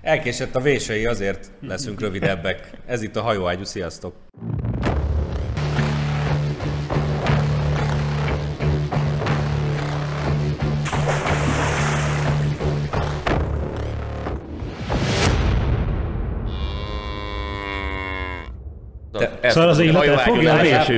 Elkésett a vései, azért leszünk rövidebbek. Ez itt a hajóágyú, sziasztok! Szar az élete fogja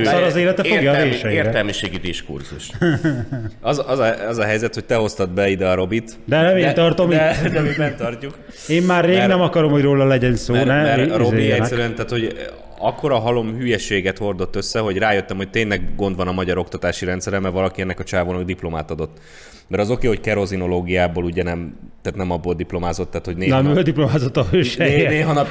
a véseire. Értelmiségi diskurzus. Az a helyzet, hogy te hoztad be ide a Robit. De nem én tartom itt. De mi bent tartjuk. Én már rég nem akarom, hogy róla legyen szó. Mert a Robi egyszerűen, tehát hogy akkora halom hülyeséget hordott össze, hogy rájöttem, hogy tényleg gond van a magyar oktatási rendszerrel, mert valaki ennek a csávónak diplomát adott. Mert az oké, hogy kerozinológiából ugye nem abból diplomázott, tehát hogy néha... Nem, ő diplomázott a hősejjel.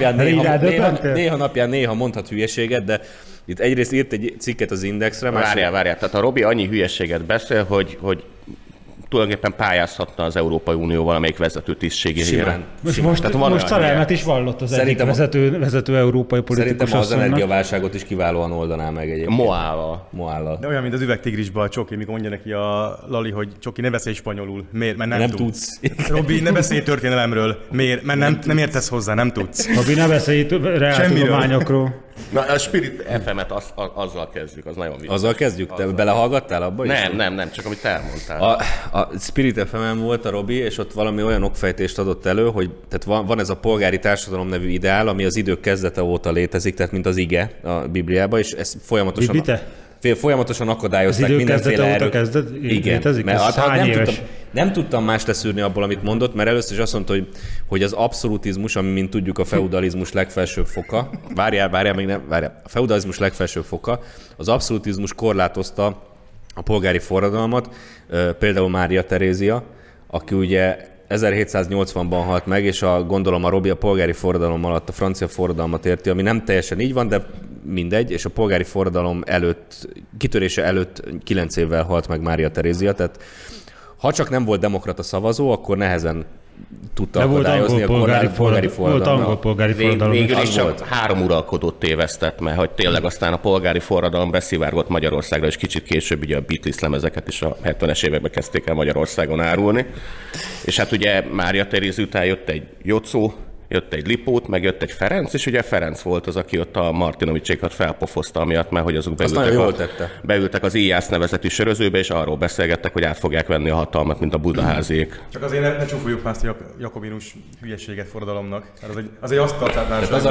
Néha napján néha mondhat hülyeséget, de itt egyrészt írt egy cikket az Indexre. Várjál. Tehát a Robi annyi hülyeséget beszél, hogy tulajdonképpen pályázhatna az Európai Unió valamelyik vezető tisztségére. Most szerelmet is vallott az egyik vezető európai politikus. Szerintem az energiaválságot is kiválóan oldaná meg egyébként. Moállal. De olyan, mint az üvegtigrisban a Csoki, mikor mondja neki a Lali, hogy Csoki, ne beszélj spanyolul. Miért? Mert nem tudsz. Robi, ne beszélj történelemről. Miért? Mert nem értesz hozzá, nem tudsz. Robi, ne beszélj reáltudományokról. Na, a Spirit FM-et azzal kezdjük, az nagyon vicces. Azzal kezdjük? Te belehallgattál abba is? Nem, csak amit elmondtál. A Spirit FM-en volt a Robi, és ott valami olyan okfejtést adott elő, hogy tehát van ez a polgári társadalom nevű ideál, ami az idők kezdete óta létezik, tehát mint az ige a Bibliában, és ez folyamatosan akadályozták mindenféle erők. Igen, mert nem tudtam más leszűrni abból, amit mondott, mert először is azt mondta, hogy az abszolutizmus, ami mint tudjuk a feudalizmus legfelsőbb foka, várjál, a feudalizmus legfelsőbb foka, az abszolutizmus korlátozta a polgári forradalmat, például Mária Terézia, aki ugye 1780-ban halt meg, és gondolom a Robi a polgári forradalom alatt a francia forradalmat érti, ami nem teljesen így van, de mindegy, és a polgári forradalom kitörése előtt 9 évvel halt meg Mária Terézia, tehát ha csak nem volt demokrata szavazó, akkor nehezen tudta akadályozni a polgári forradalmat. Volt angol polgári forradalom. Végül is csak 3 uralkodót tévesztett, mert hogy tényleg aztán a polgári forradalom beszivárgott Magyarországra, és kicsit később ugye a Beatles lemezeket is a 70-es években kezdték el Magyarországon árulni. És hát ugye Mária Terézia után jött egy Jocó, jött egy Lipót, meg jött egy Ferenc, és ugye Ferenc volt az, aki ott a Martinovicsékat felpofozta amiatt, mert hogy azok beültek az Íjász nevezetű sörözőbe, és arról beszélgettek, hogy át fogják venni a hatalmat, mint a Budaháziék. Csak azért ne csúfoljuk már ezt a jakobinus hülyeséget forradalomnak. Az egy asztaltárnál. Az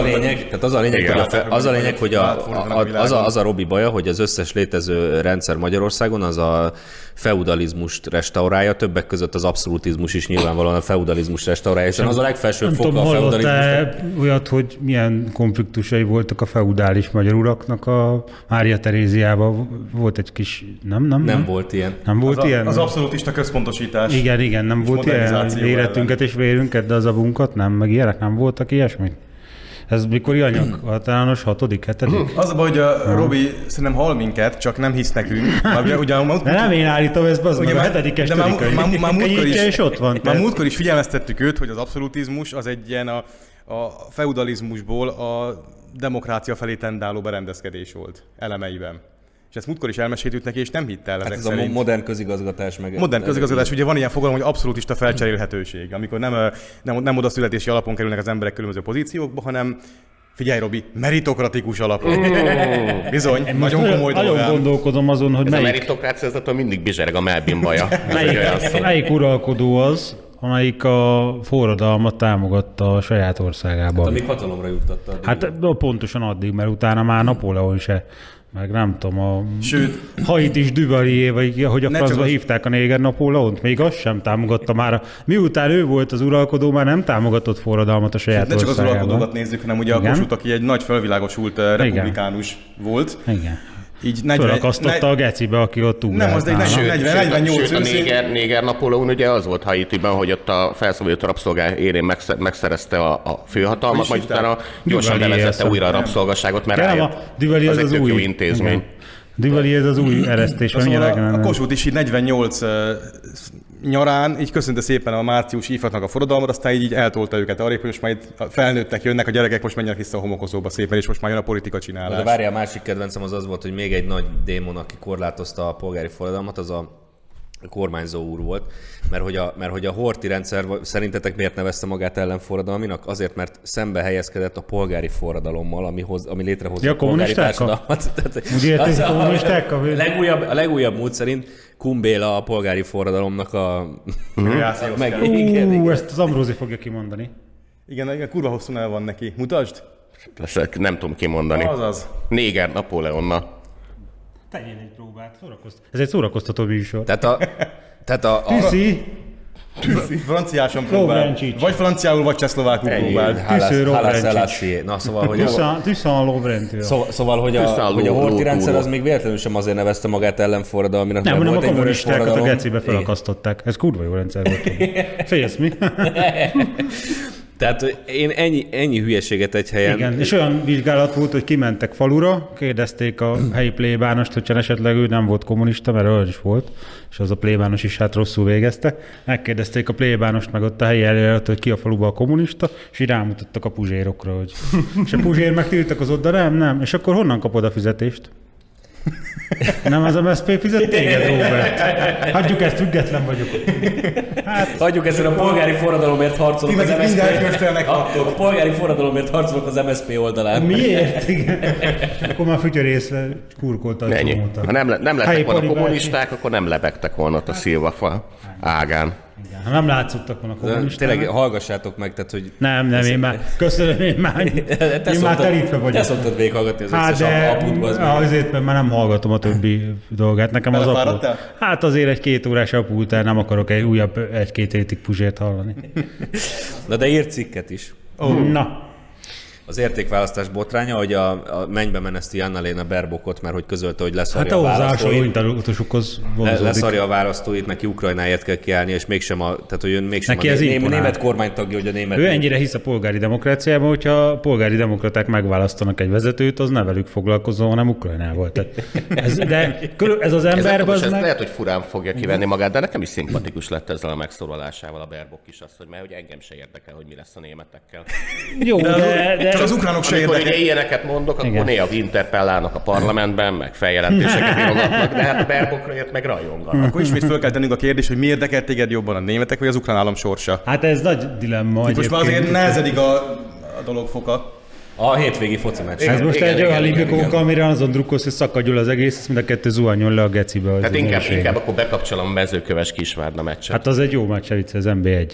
a lényeg, hogy az a Robi baja, hogy az összes létező rendszer Magyarországon az a feudalizmust restaurálja, többek között az abszolutizmus is nyilvánvalóan a feudalizmus restaurálja, hiszen az a legfelsőbb foka a feudalizmusnak. Olyat, hogy milyen konfliktusai voltak a feudális magyar uraknak a Mária Teréziában? Volt egy kis... Nem volt ilyen. Nem volt ilyen? Az abszolutista központosítás. Igen, nem volt ilyen életünket és vérünket, de az avunkat nem, meg ilyenek nem voltak ilyesmik? Ez mikor anyag? Általános 6., 7.? Az a baj, hogy a Robi szerintem hall minket, csak nem hisz nekünk. De nem én állítom ezt, az meg a 7. és ott van. Már múltkor is figyelmeztettük őt, hogy az abszolutizmus az egy ilyen a feudalizmusból a demokrácia felé tendáló berendezkedés volt elemeiben. És ezt múltkor is elmeséltük neki, és nem hitt el ezek szerint. A modern közigazgatás meg... Modern közigazgatás, ugye van ilyen fogalom, hogy abszolutista felcserélhetőség, amikor nem odaszületési alapon kerülnek az emberek különböző pozíciókba, hanem figyelj, Robi, meritokratikus alapon. Bizony, nagyon komoly dolog. Nagyon gondolkodom azon, hogy ez melyik... a meritokrácia, ez mindig bizsereg a Melvin baja. Melyik uralkodó az, amelyik a forradalmat támogatta a saját országában? Hát amíg hatalomra juttatta. Hát pontosan addig, mert utána már Napóleon se. Meg nem tudom, Sőt, Haitis Duvalier, vagy ahogy a francba hívták a néger Napóleont, még azt sem támogatta már. Miután ő volt az uralkodó, már nem támogatott forradalmat a saját országában. Ne csak az uralkodókat nézzük, hanem ugye a Kossuth, aki egy nagy felvilágosult republikánus volt. Igen. Fölakasztotta a gecibe, aki ott ugrált. Nem, az egy 48 Sőt, a néger Napóleon ugye az volt Haitiben, hogy ott a felszabadított rabszolgák élén megszerezte a főhatalmat, majd utána gyorsan bevezette újra a rabszolgasságot, mert rájött. Az egy tök jó intézmény. Duvalier ez az új eresztés. A Kossuth is így 48 nyarán így köszönte szépen a március ifjaknak a forradalmat, aztán így eltolta őket arrébb, hogy most majd felnőttek, jönnek a gyerekek, most menjenek vissza a homokozóba szépen, és most már jön a politika csinálás. De várjál, a másik kedvencem az volt, hogy még egy nagy démon, aki korlátozta a polgári forradalmat, az a kormányzó úr volt, mert hogy a Horthy rendszer szerintetek miért nevezte magát ellenforradalminak? Azért, mert szembe helyezkedett a polgári forradalommal, ami létrehozta a polgári társadalmat. A legújabb mód szerint Kumbéla a polgári forradalomnak a... Ezt az Ambrózi fogja kimondani. Igen, kurva hosszú neve van neki. Mutasd! Nem tudom kimondani. Azaz. Néger Napóleonna. Tegyél egy próbát, ez egy szórakoztató műsor. Tüszi. Franciáson próbál. Vagy franciául, vagy csehszlovákul próbál. Na, szóval, hogy Szóval, hogy a Horthy rendszer az még véletlenül sem azért nevezte magát ellenforradalminak. Nem, a kommunistákat a gecibe felakasztották. Ez kurva jó rendszer volt. Félsz mi? Tehát én ennyi hülyeséget egy helyen... Igen, és olyan vizsgálat volt, hogy kimentek falura, kérdezték a helyi plébánost, hogyha esetleg ő nem volt kommunista, mert olyan is volt, és az a plébános is hát rosszul végezte. Megkérdezték a plébánost meg ott a helyi előtt, hogy ki a faluban a kommunista, és így rámutattak a puzsérokra, hogy... És a puzsér meg tiltakozott, de nem. És akkor honnan kapod a fizetést? Nem az MSZP fizet téged, Róbert? Hagyjuk ezt, független vagyok. Hagyjuk ezt, a polgári forradalomért harcolok az MSZP. A polgári forradalomért harcolok az MSZP oldalán. Miért? Igen. Akkor már fütyörészre kurkolta a csomót. Ha nem lettek volna kommunisták, akkor nem lebegtek volna ott a szilvafa ágán. Igen, ha nem látszottak volna kommunisták. Tényleg hallgassátok meg, tehát hogy... Nem, én már, köszönöm, én már terítve vagyok. Te szoktad végighallgatni az összes apudba. Azért, mert már nem hallgatom a többi dolgát. Nekem az apu. Hát azért egy 2 órás apu után nem akarok egy újabb 1-2 hétig puzsért hallani. Na de írt cikket is. Na. Az értékválasztás botránya, hogy a mennybe meneszti Anna-Lena Baerbockot, mert hogy közölte, hogy leszarja a választóit. Leszarja a választóit, neki Ukrajnáért kell kiállni, és mégsem tehát, hogy ön mégsem a német kormánytagja, hogy a német... Ő ennyire hisz a polgári demokráciában, hogyha a polgári demokraták megválasztanak egy vezetőt, az ne velük foglalkozó, hanem Ukrajnával. Ez az ember... Ez lehet, hogy furán fogja kivenni magát, de nekem is szimpatikus lett ezzel a megszólalásával a Baerbock is azt, hogy mert engem se érdekel, hogy mi lesz a németekkel. Jó, de csak az ukránok se érdekel. Amikor ilyeneket mondok, akkor néha interpellálnak a parlamentben, meg feljelentéseket írogatnak, de hát a Baerbockra meg rajonganak. Akkor ismét föl kell tennünk a kérdést, hogy mi érdekel téged jobban, a németek vagy az ukrán állam sorsa? Hát ez nagy dilemma. Most már azért nehezedik a dolog foka. A hétvégi foci meccs. Ez most egy olyan libikók, amire azon drukkolsz, hogy szakadjul az egész, ezt mind a kettő zuhanyon le a gecibe. Hát inkább akkor bekapcsolom a Mezőköves Kisvárda meccset. Hát az egy jó meccs, vicc, az NB1.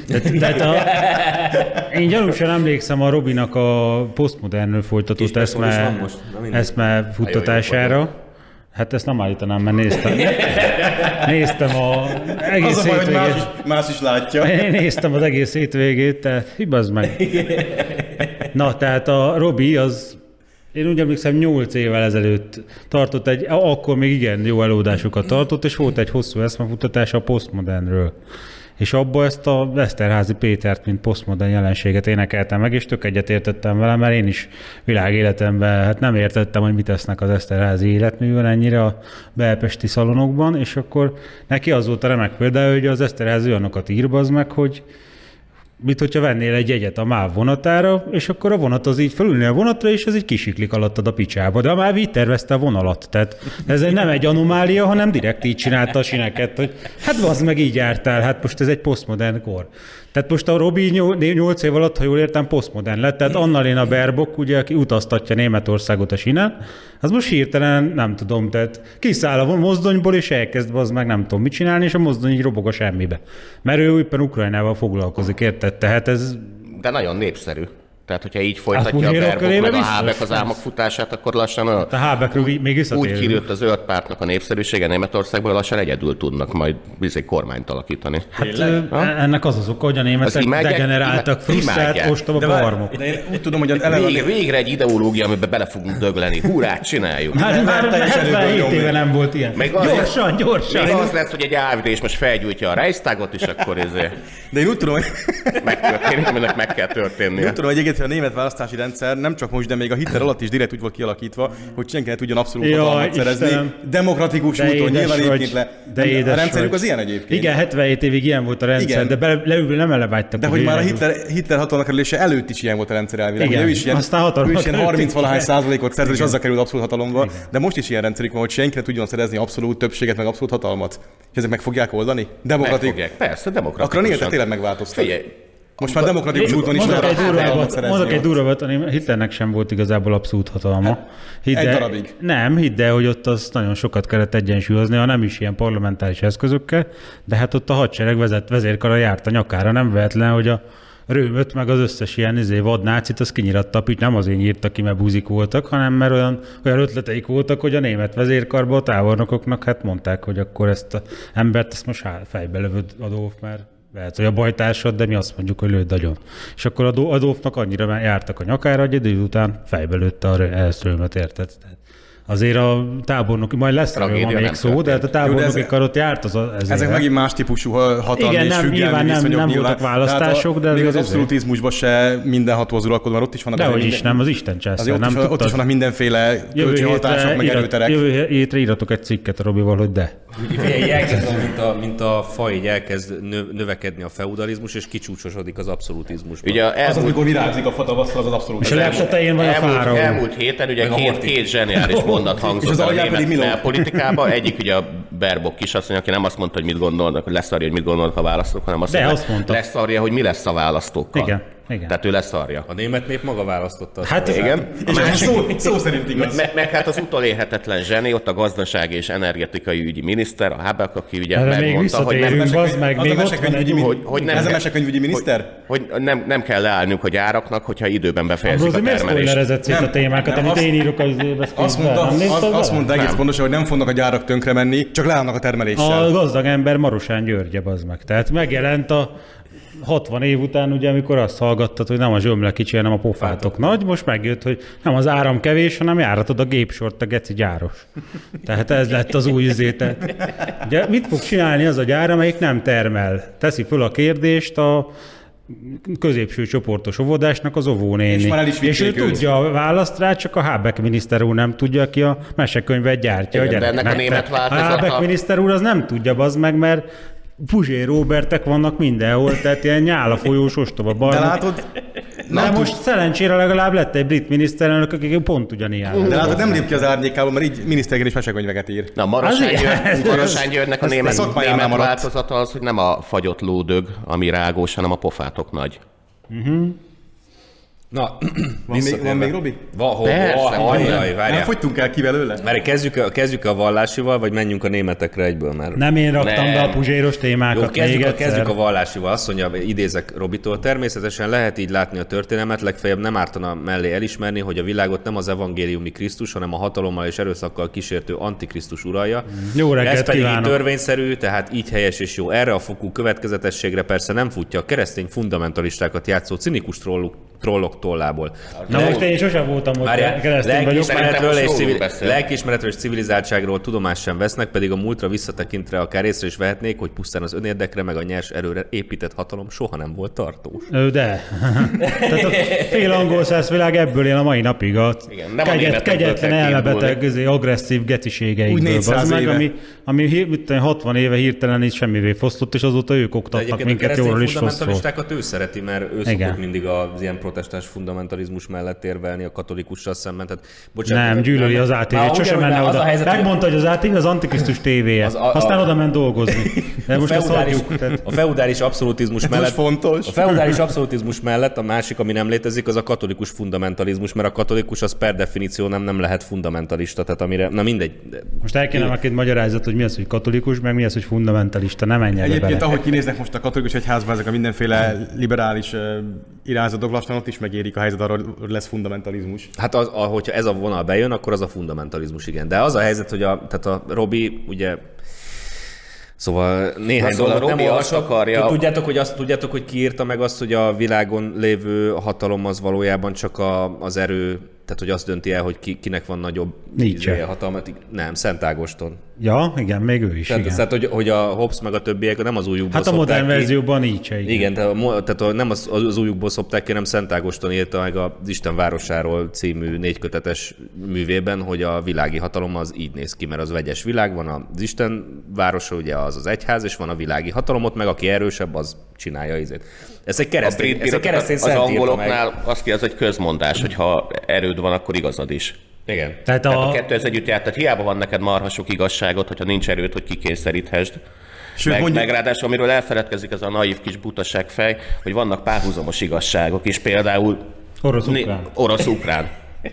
Én gyanúsan emlékszem a Robinak a posztmodernről folytatott eszme futtatására. Hát ezt nem állítanám, mert néztem az egész az hétvégét. Az a baj, hogy más is látja. Én néztem az egész hétvégét, tehát hibazd meg. Na, tehát a Robi az, én úgy emlékszem 8 évvel ezelőtt tartott akkor még igen jó előadásokat tartott, és volt egy hosszú eszmefuttatása a posztmodernről. És abban ezt a Eszterházy Pétert, mint posztmodern jelenséget énekeltem meg, és tök egyetértettem vele, mert én is világéletemben hát nem értettem, hogy mit tesznek az Eszterházy életművön ennyire a belpesti szalonokban, és akkor neki az volt a remek például, hogy az Eszterházy olyanokat írbaz meg, hogy mint hogyha vennél egy jegyet a MÁV vonatára, és akkor a vonat az így felülnél a vonatra, és ez így kisiklik alattad a picsába. De a MÁV így tervezte a vonalat. Tehát ez nem egy anomália, hanem direkt így csinálta a sineket, hogy hát az meg így jártál, hát most ez egy posztmodern kor. Tehát most a Robi 8 év alatt, ha jól értem, posztmodern lett. Tehát Anna-Lena Baerbock, ugye, aki utaztatja Németországot a sinen, az most hirtelen, nem tudom, tehát kiszáll a mozdonyból, és elkezd az meg nem tudom mit csinálni, és a mozdony így robog a semmibe. Mert ő éppen Ukrajnával foglalkozik, érted? Tehát ez... De nagyon népszerű. Tehát, hogyha így folytatja a Baerbock meg a Habeck az álmok futását, akkor lassan a Habeckről még úgy kirőtt az zöld pártnak a népszerűsége Németországból, lassan egyedül tudnak majd kormányt alakítani. Hát ennek az oka, hogy a németek degeneráltak, frusztrált, ostoba barmok. De én úgy tudom, hogy végre egy ideológia, amiben bele fogunk dögleni. Hurrát, csináljuk! Hát már 77 éve nem volt ilyen. Gyorsan! Még az lesz, hogy egy AfD és most felgyújtja a Reichstagot, és akkor De én úgy tudom, hogy... megtörténik, aminek meg kell történnie. Úgy tudom, hogy hogy a német választási rendszer nem csak most, de még a Hitler alatt is direkt úgy volt kialakítva, hogy senki ne tudjon abszolút hatalmat szerezni. Demokratikus úton, nyilván egyébként a rendszerük az ilyen egyébként. Igen, 77 évig ilyen volt a rendszer, igen. De leülve nem elevágytak. De hogy már a Hitler hatalomra kerülése előtt is ilyen volt a rendszer elvileg. Igen, ő is ilyen, aztán ő is ilyen 30-valahány százalékot szerzett, és azzal került abszolút hatalomba. Igen. De most is ilyen rendszerük van, hogy senki ne tudjon szerezni abszolút többséget, meg abszolút hatalmat. És ezek meg fogják oldani? Persze, demokratikusan. Akkor a németek tényleg megváltoztak. Most már demokratikus úton is mondok egy durvábbat, Hitlernek sem volt igazából abszolút hatalma. Egy darabig. Nem, hidd el, hogy ott az nagyon sokat kellett egyensúlyozni, ha nem is ilyen parlamentáris eszközökkel, de hát ott a hadsereg vezérkara járt a nyakára, nem vehetlen, hogy a Römöt, meg az összes ilyen vadnácit, az kinyiratta a nem azért nyírta ki, mert buzik voltak, hanem mert olyan ötleteik voltak, hogy a német vezérkarba a tábornokoknak hát mondták, hogy akkor ezt az embert, ezt most fejbe lövöd, Adolf, mert lehet, hogy a bajtársad, de mi azt mondjuk, hogy lőd agyon. És akkor Adolfnak annyira jártak a nyakára, hogy idő után fejbe lőtte a Römöt, érted? Azért a tábornoki, majd lesz erről ma még szó, de hát a tábornoki karot járt az ezek megint más típusú hatalmi és függelmi viszonyok. Nem voltak választások, de még az abszolutizmusban se mindenható az uralkodó, mert ott is vannak... Dehogy is nem, az Isten császár. Ott is vannak mindenféle kölcsönhatások, meg erőterek. Jövő hétre íratok egy cikket a Robival, hogy de. Mint a faj, így elkezd növekedni a feudalizmus, és kicsúcsosodik az abszolutizmusban. Az, amikor virágzik a fatavasszal, az abszolút. És a legtetején van a fáraó. Elmúlt héten ugye két zseniális mondat hangzott a német belpolitikában. Egyik ugye a Baerbock kisasszony, aki nem azt mondta, hogy mit gondolnak, hogy leszarja, hogy mit gondolnak a választók, hanem azt mondta, leszarja, hogy mi lesz a választókkal. Igen. Tehát ő leszarja. A német nép maga választotta. Hát igen. A másik, szó szerint igaz. Meg hát az utolérhetetlen zseni, ott a gazdasági és energetikai ügyi miniszter, a Habeck, aki ugye megmondta, hogy ez a mesekönyvügyi miniszter? Hogy nem kell leállnunk a gyáraknak, hogyha időben befejezzük a termelést. Miért spoilerezett szét a témákat, amit én írok az Azt mondta egész pontosan, hogy nem fognak a gyárak tönkre menni, csak leállnak a termeléssel. A gazdag ember Marosán Györgye, bazd meg. Tehát megjelent a 60 év után, ugye, amikor azt hallgattad, hogy nem a zsömle kicsi, hanem a pofátok nagy, most megjött, hogy nem az áram kevés, hanem járatod a gépsort, a geci gyáros. Tehát ez lett az új üzéte. Ugye mit fog csinálni az a gyár, amelyik nem termel? Teszi föl a kérdést a középső csoportos óvodásnak az óvónéni. És ő tudja a választ rá, csak a Habeck miniszter úr nem tudja, aki a mesekönyvet gyártja. Igen, de ennek a német változata... A Habeck miniszter úr az nem tudja, bazd meg, mert Puzsér Róbertek vannak mindenhol, tehát ilyen nyála folyós ostoba bal. De látod? De most szerencsére legalább lett egy brit miniszterelnök, aki pont ugyanilyen. De látod, nem lép ki az árnyékából, mert így miniszterként is mesekönyveket ír. Na, Marosán Györgynek a német változata az, hogy nem a fagyott lódög, ami rágós, hanem a pofátok nagy. Na, van még Robi? Várjál. Fogytunk el ki belőle? Várj, kezdjük a vallásival, vagy menjünk a németekre egyből már? Nem én raktam be a puzséros témákat. Jó, kezdjük a vallásival. Azt mondja, idézek Robitól, természetesen lehet így látni a történelmet, legfeljebb nem ártana mellé elismerni, hogy a világot nem az evangéliumi Krisztus, hanem a hatalommal és erőszakkal kísértő antikrisztus uralja. Jó reggelt, ez pedig kívánok. Törvényszerű, tehát így helyes és jó. Erre a fokú következetességre persze nem futja a keresztény fundamentalistákat játszó cinikus trollok tollából. Na most én sosem voltam, hogy keresztény vagyok. Lelkiismeretről és civilizáltságról tudomást sem vesznek, pedig a múltra visszatekintve akár észre is vehetnék, hogy pusztán az önérdekre meg a nyers erőre épített hatalom soha nem volt tartós. De. Tehát a fél angol száz világ ebből él a mai napig a kegyetlen, elmebeteg, agresszív geciségeinkből. Ami 60 éve hirtelen így semmivé fosztott, és azóta ők oktatnak minket jól is fosztól. A fundamentalistákat ő szereti, mert ő szokott mindig az ilyen protestáns fundamentalizmus mellett érvelni a katolikussal szemben. Tehát, bocsánat, nem, gyűlöli az ATV-t, sosem menne oda. Megmondta, hogy az ATV az Antikrisztus tévéje. Aztán oda ment dolgozni. De most a feudális abszolutizmus mellett, a feudális abszolutizmus mellett a másik, ami nem létezik, az a katolikus fundamentalizmus, mert a katolikus az per definíció nem lehet fundamentalista. Tehát amire, na mindegy. Most el kéne neked magyarázat, hogy mi az, hogy katolikus, meg mi az, hogy fundamentalista. Nem menj el egyébként, bele. ahogy kinéznek most a katolikus egyházban, ezek a mindenféle liberális irányzatok, lassan ott is megérik a helyzet, arra lesz fundamentalizmus. Hát hogyha ez a vonal bejön, akkor az a fundamentalizmus, igen. De az a helyzet, hogy tehát a Robi, ugye, szóval néhány dolgot nem olvasok. Tudjátok, hogy ki írta meg azt, hogy a világon lévő hatalom az valójában csak az erő tehát hogy azt dönti el, hogy kinek van nagyobb hatalmat. Nem, Szent Ágoston. Ja, igen, még ő is. Tehát hogy a Hobbes meg a többiek nem az újukból hát a modern verzióban Nietzsche. Igen, tehát nem az újukból szopták ki, hanem Szent Ágoston írta meg az Isten városáról című 4 kötetes művében, hogy a világi hatalom az így néz ki, mert az vegyes világ, van az Isten városa, ugye az egyház, és van a világi hatalom, ott meg aki erősebb, az csinálja ízét. Ez egy keresztény az angoloknál azt ki, az egy közmondás, hogy ha erőd van, akkor igazad is. Igen. Tehát a kettő ez együtt járt, tehát hiába van neked marha sok igazságot, hogyha nincs erőd, hogy kikényszeríthessd. Meg ráadásul, amiről elfeledkezik ez a naív kis butaságfej, hogy vannak párhuzamos igazságok is, például orosz-ukrán.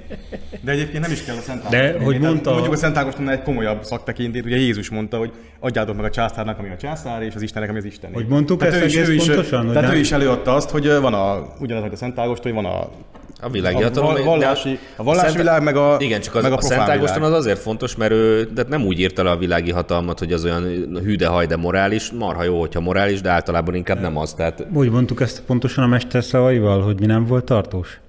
De egyébként nem is kell a Szent Ágoston. De hogy mondta... Mondjuk a Szent Ágostonnál egy komolyabb szaktekintét, ugye Jézus mondta, hogy adjátok meg a császárnak, ami a császár, és az Istennek, ami az Isten. Hogy mondtuk ezt egész pontosan? Tehát ő is előadta azt, hogy van ugyanaz, mint a Szent Ágoston, hogy van a világi hatalom, a vallási világ, meg a igen, csak a Szent Ágoston az azért fontos, mert ő nem úgy írta le a világi hatalmat, hogy az olyan hű-de-haj, de morális, marha jó, hogyha morális, de általában inkább nem az. Tehát... Úgy mondtuk ezt pontosan a mester szavaival, hogy mi nem volt tartós?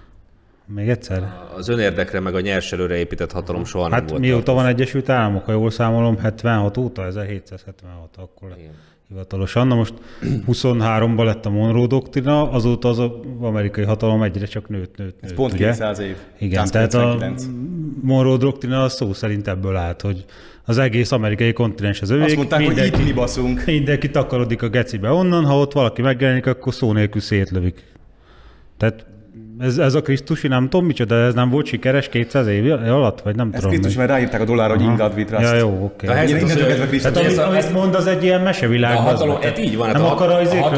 Még egyszer? Az önérdekre meg a nyerserőre épített hatalom soha nem volt. Hát mióta van Egyesült Államok, ha jól számolom, 76 óta, 1776 akkor lett hivatalosan. Na most 23-ban lett a Monroe doktrina, azóta az amerikai hatalom egyre csak nőtt. Ez pont 200 év. Igen, tehát a Monroe doktrina az szó szerint ebből állt, hogy az egész amerikai kontinens az övék. Azt mondták, hogy itt mi baszunk. Mindenki takarodik a gecibe onnan, ha ott valaki megjelenik, akkor szó nélkül szétlövik. Tehát ez a Krisztusi, nem tudom micsoda, ez nem volt sikeres 200 év alatt, vagy nem tudom. Ez Krisztus, mert ráírták a dollárra, hogy in God we trust. Ja, jó, oké. Tehát amit mond, az egy ilyen mesevilág. Így van. Nem akar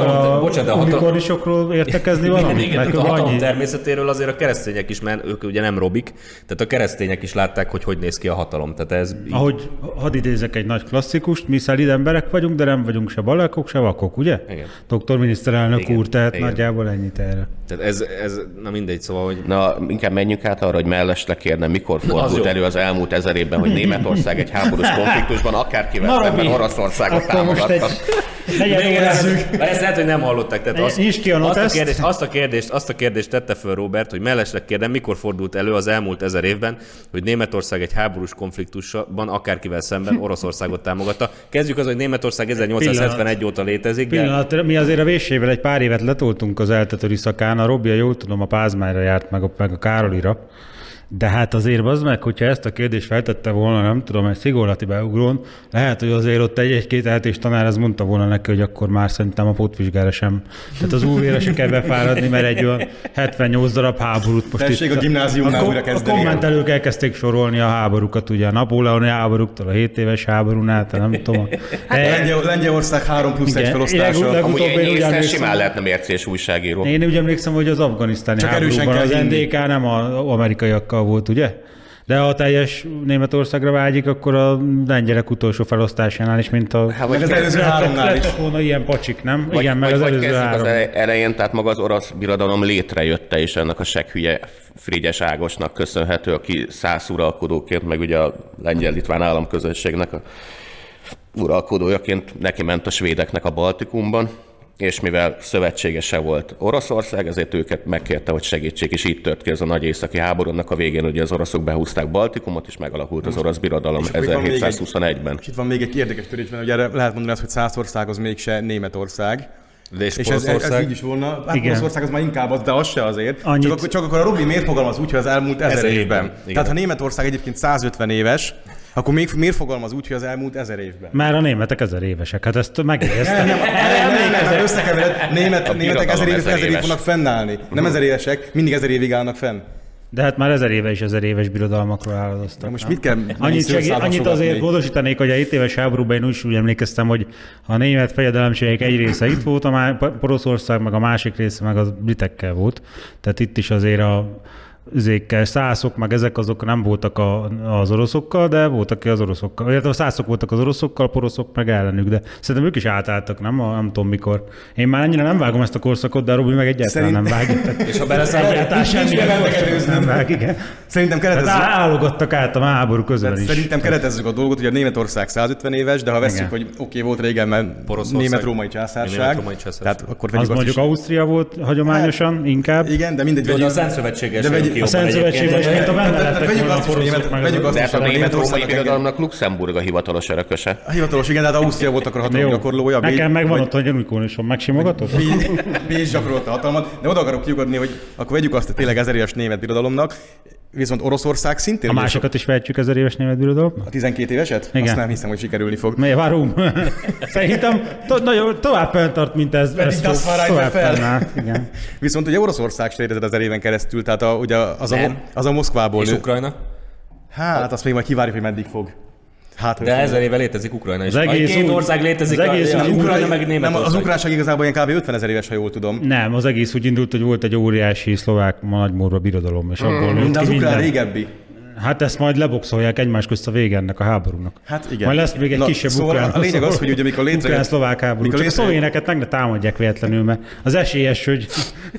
a unikornisokról értekezni valamit? Igen, a hatalom természetéről azért a keresztények is, mert ők ugye nem robik, tehát a keresztények is látták, hogy néz ki a hatalom. Tehát ez ahogy hadd idézek egy nagy klasszikust, mi szelíd emberek vagyunk, de nem vagyunk se balekok, se vakok, ugye? Igen. Doktor miniszterelnök úr, tehát nagyjából ennyit erre. Tehát ez na mindegy, szóval, hogy... Na, inkább menjünk át arra, hogy mellesleg kérnem, mikor fordult elő az elmúlt 1000 évben, hogy Németország egy háborús konfliktusban akárkivel szemben Oroszországot támogatta. Ezt lehet, hogy nem hallották. Tehát azt a kérdést tette föl Robert, hogy mellesleg kérdem, mikor fordult elő az elmúlt 1000 évben, hogy Németország egy háborús konfliktusban akárkivel szemben Oroszországot támogatta. Kezdjük az, hogy Németország 1871 óta létezik. De... Mi azért a vésével egy pár évet letoltunk az eltetőri szakán, a Robbia jól tudom, a Pázmányra járt, meg a Károlira. De hát azért az meg, hogyha ezt a kérdést feltette volna, nem tudom, egy szigorlati beugrón, lehet, hogy azért ott egy-két eltés tanár az mondta volna neki, hogy akkor már szerintem a pótvizsgára sem. Tehát az UV-re se kell befáradni, mert egy olyan 78 darab háborút most Tessék itt a gimnáziumnál újra kezdeni. A kommentelők elkezdték sorolni a háborúkat, ugye a napóleoni háborúktól, a 7 éves háborúnál, nem tudom. Lengyelország 3+1 felosztása. Amúgy ennyire simán lehetne mércés újságíró. Én úgy emlékszem, hogy az afganisztáni háborúban az NDK nem az amerikaiakkal volt, ugye? De ha teljes Németországra vágyik, akkor a lengyelek utolsó felosztásánál is, mint a... Hát, meg az előző háromnál is. Lettek volna ilyen pacsik, nem? Vagy, igen, meg az előző három. Az elején, tehát maga az orosz birodalom létrejötte, és ennek a seghülye Frigyes Ágosnak köszönhető, aki 100 uralkodóként, meg ugye a lengyel-litván államközösségnek a uralkodójaként neki ment a svédeknek a Baltikumban, és mivel szövetségese volt Oroszország, ezért őket megkérte, hogy segítsék, és így tört ki ez a nagy északi háborúnak. A végén ugye az oroszok behúzták Baltikumot, és megalakult az orosz birodalom 1721-ben. És itt van még egy érdekes törésben, hogy erre lehet mondani azt, hogy Szászország az mégse Németország. És ez így is volna. Hát Oroszország az már inkább az, de az se azért. Csak akkor a Robi miért fogalmaz úgy, hogy az elmúlt 1000 évben? Tehát ha Németország egyébként 150 éves, akkor miért fogalmaz úgy, hogy az elmúlt 1000 évben? Már a németek 1000 évesek, hát ezt megjegyeztem. Nem, összekevered. Németek 1000 évig fognak fennállni. Nem 1000 évesek, mindig 1000 évig állnak fenn. De hát már 1000 éve is 1000 éves birodalmakról álladoztak. Most mit kell annyit azért módosítanék, hogy a 7 éves háborúban én úgy emlékeztem, hogy a német fejedelemségek egy része itt volt, a Oroszország, meg a másik része meg a britekkel volt. Tehát itt is azért szászok, meg ezek azok nem voltak az oroszokkal, de voltak az oroszokkal. Illetve a szászok voltak az oroszokkal, a poroszok meg ellenük, de szerintem ők is átálltak, nem tudom mikor. Én már annyira nem vágom ezt a korszakot, de a Robi meg egyáltalán nem vágja. És ha beleszállítál, nem vág, igen. Szerintem keretezzük. Állogattak át a háború közben is. Szerintem keretezzük a dolgot, hogy a Németország 150 éves, de ha vesszük, hogy oké, volt régen, mert német-római császárság. Tehát akkor az mondjuk Ausztria volt hagyományosan inkább. Igen, de mindegy. A Szentszövetséges. Régióban. A Szent Szövetségben is, mint a benne lettek volna a poroszok meg de hát a német-római Németországnak birodalomnak Luxemburg a hivatalos örököse. A hivatalos, igen, de hát Ausztria volt akkor a hatalom gyakorlója. Nekem megvan ott, hogy Unikón is van. Megsimogatod? Bécs gyakorolta a hatalmat, de oda akarok kiugodni, hogy akkor vegyük azt a tényleg 1000 éves német birodalomnak, viszont Oroszország szintén... A másikat is vehetjük 1000 éves német birodalomnak? A 12 éveset? Igen. Azt nem hiszem, hogy sikerülni fog. Miért várom? Szerintem nagyon tovább fenntart, mint ez. Pedig das war ein Befehl. Igen. Viszont ugye Oroszország se létezett 1000 éven keresztül, tehát ugye az a Moszkvából És nő. Ukrajna? Hát azt még majd kivárjuk, hogy meddig fog. Hát, De 1000 éve létezik Ukrajna is. Két ország létezik, az egész Ukrajna meg Németország. Az ukránság igazából ilyen kb. 50 000 éves, ha jól tudom. Nem, az egész úgy indult, hogy volt egy óriási szlovák nagymorva birodalom, és abból nőtt De ki az ukrán minden. régebbi. Hát ezt majd leboxolják egymás közt a vége ennek a háborúnak. Hát igen. Majd lesz még egy kisebb szóval ukrán. a lényeg az, hogy ugye mikor létrejött... Ukrán-szlovák háború. Csak a szlovéneket meg ne támadják véletlenül, mert az esélyes, hogy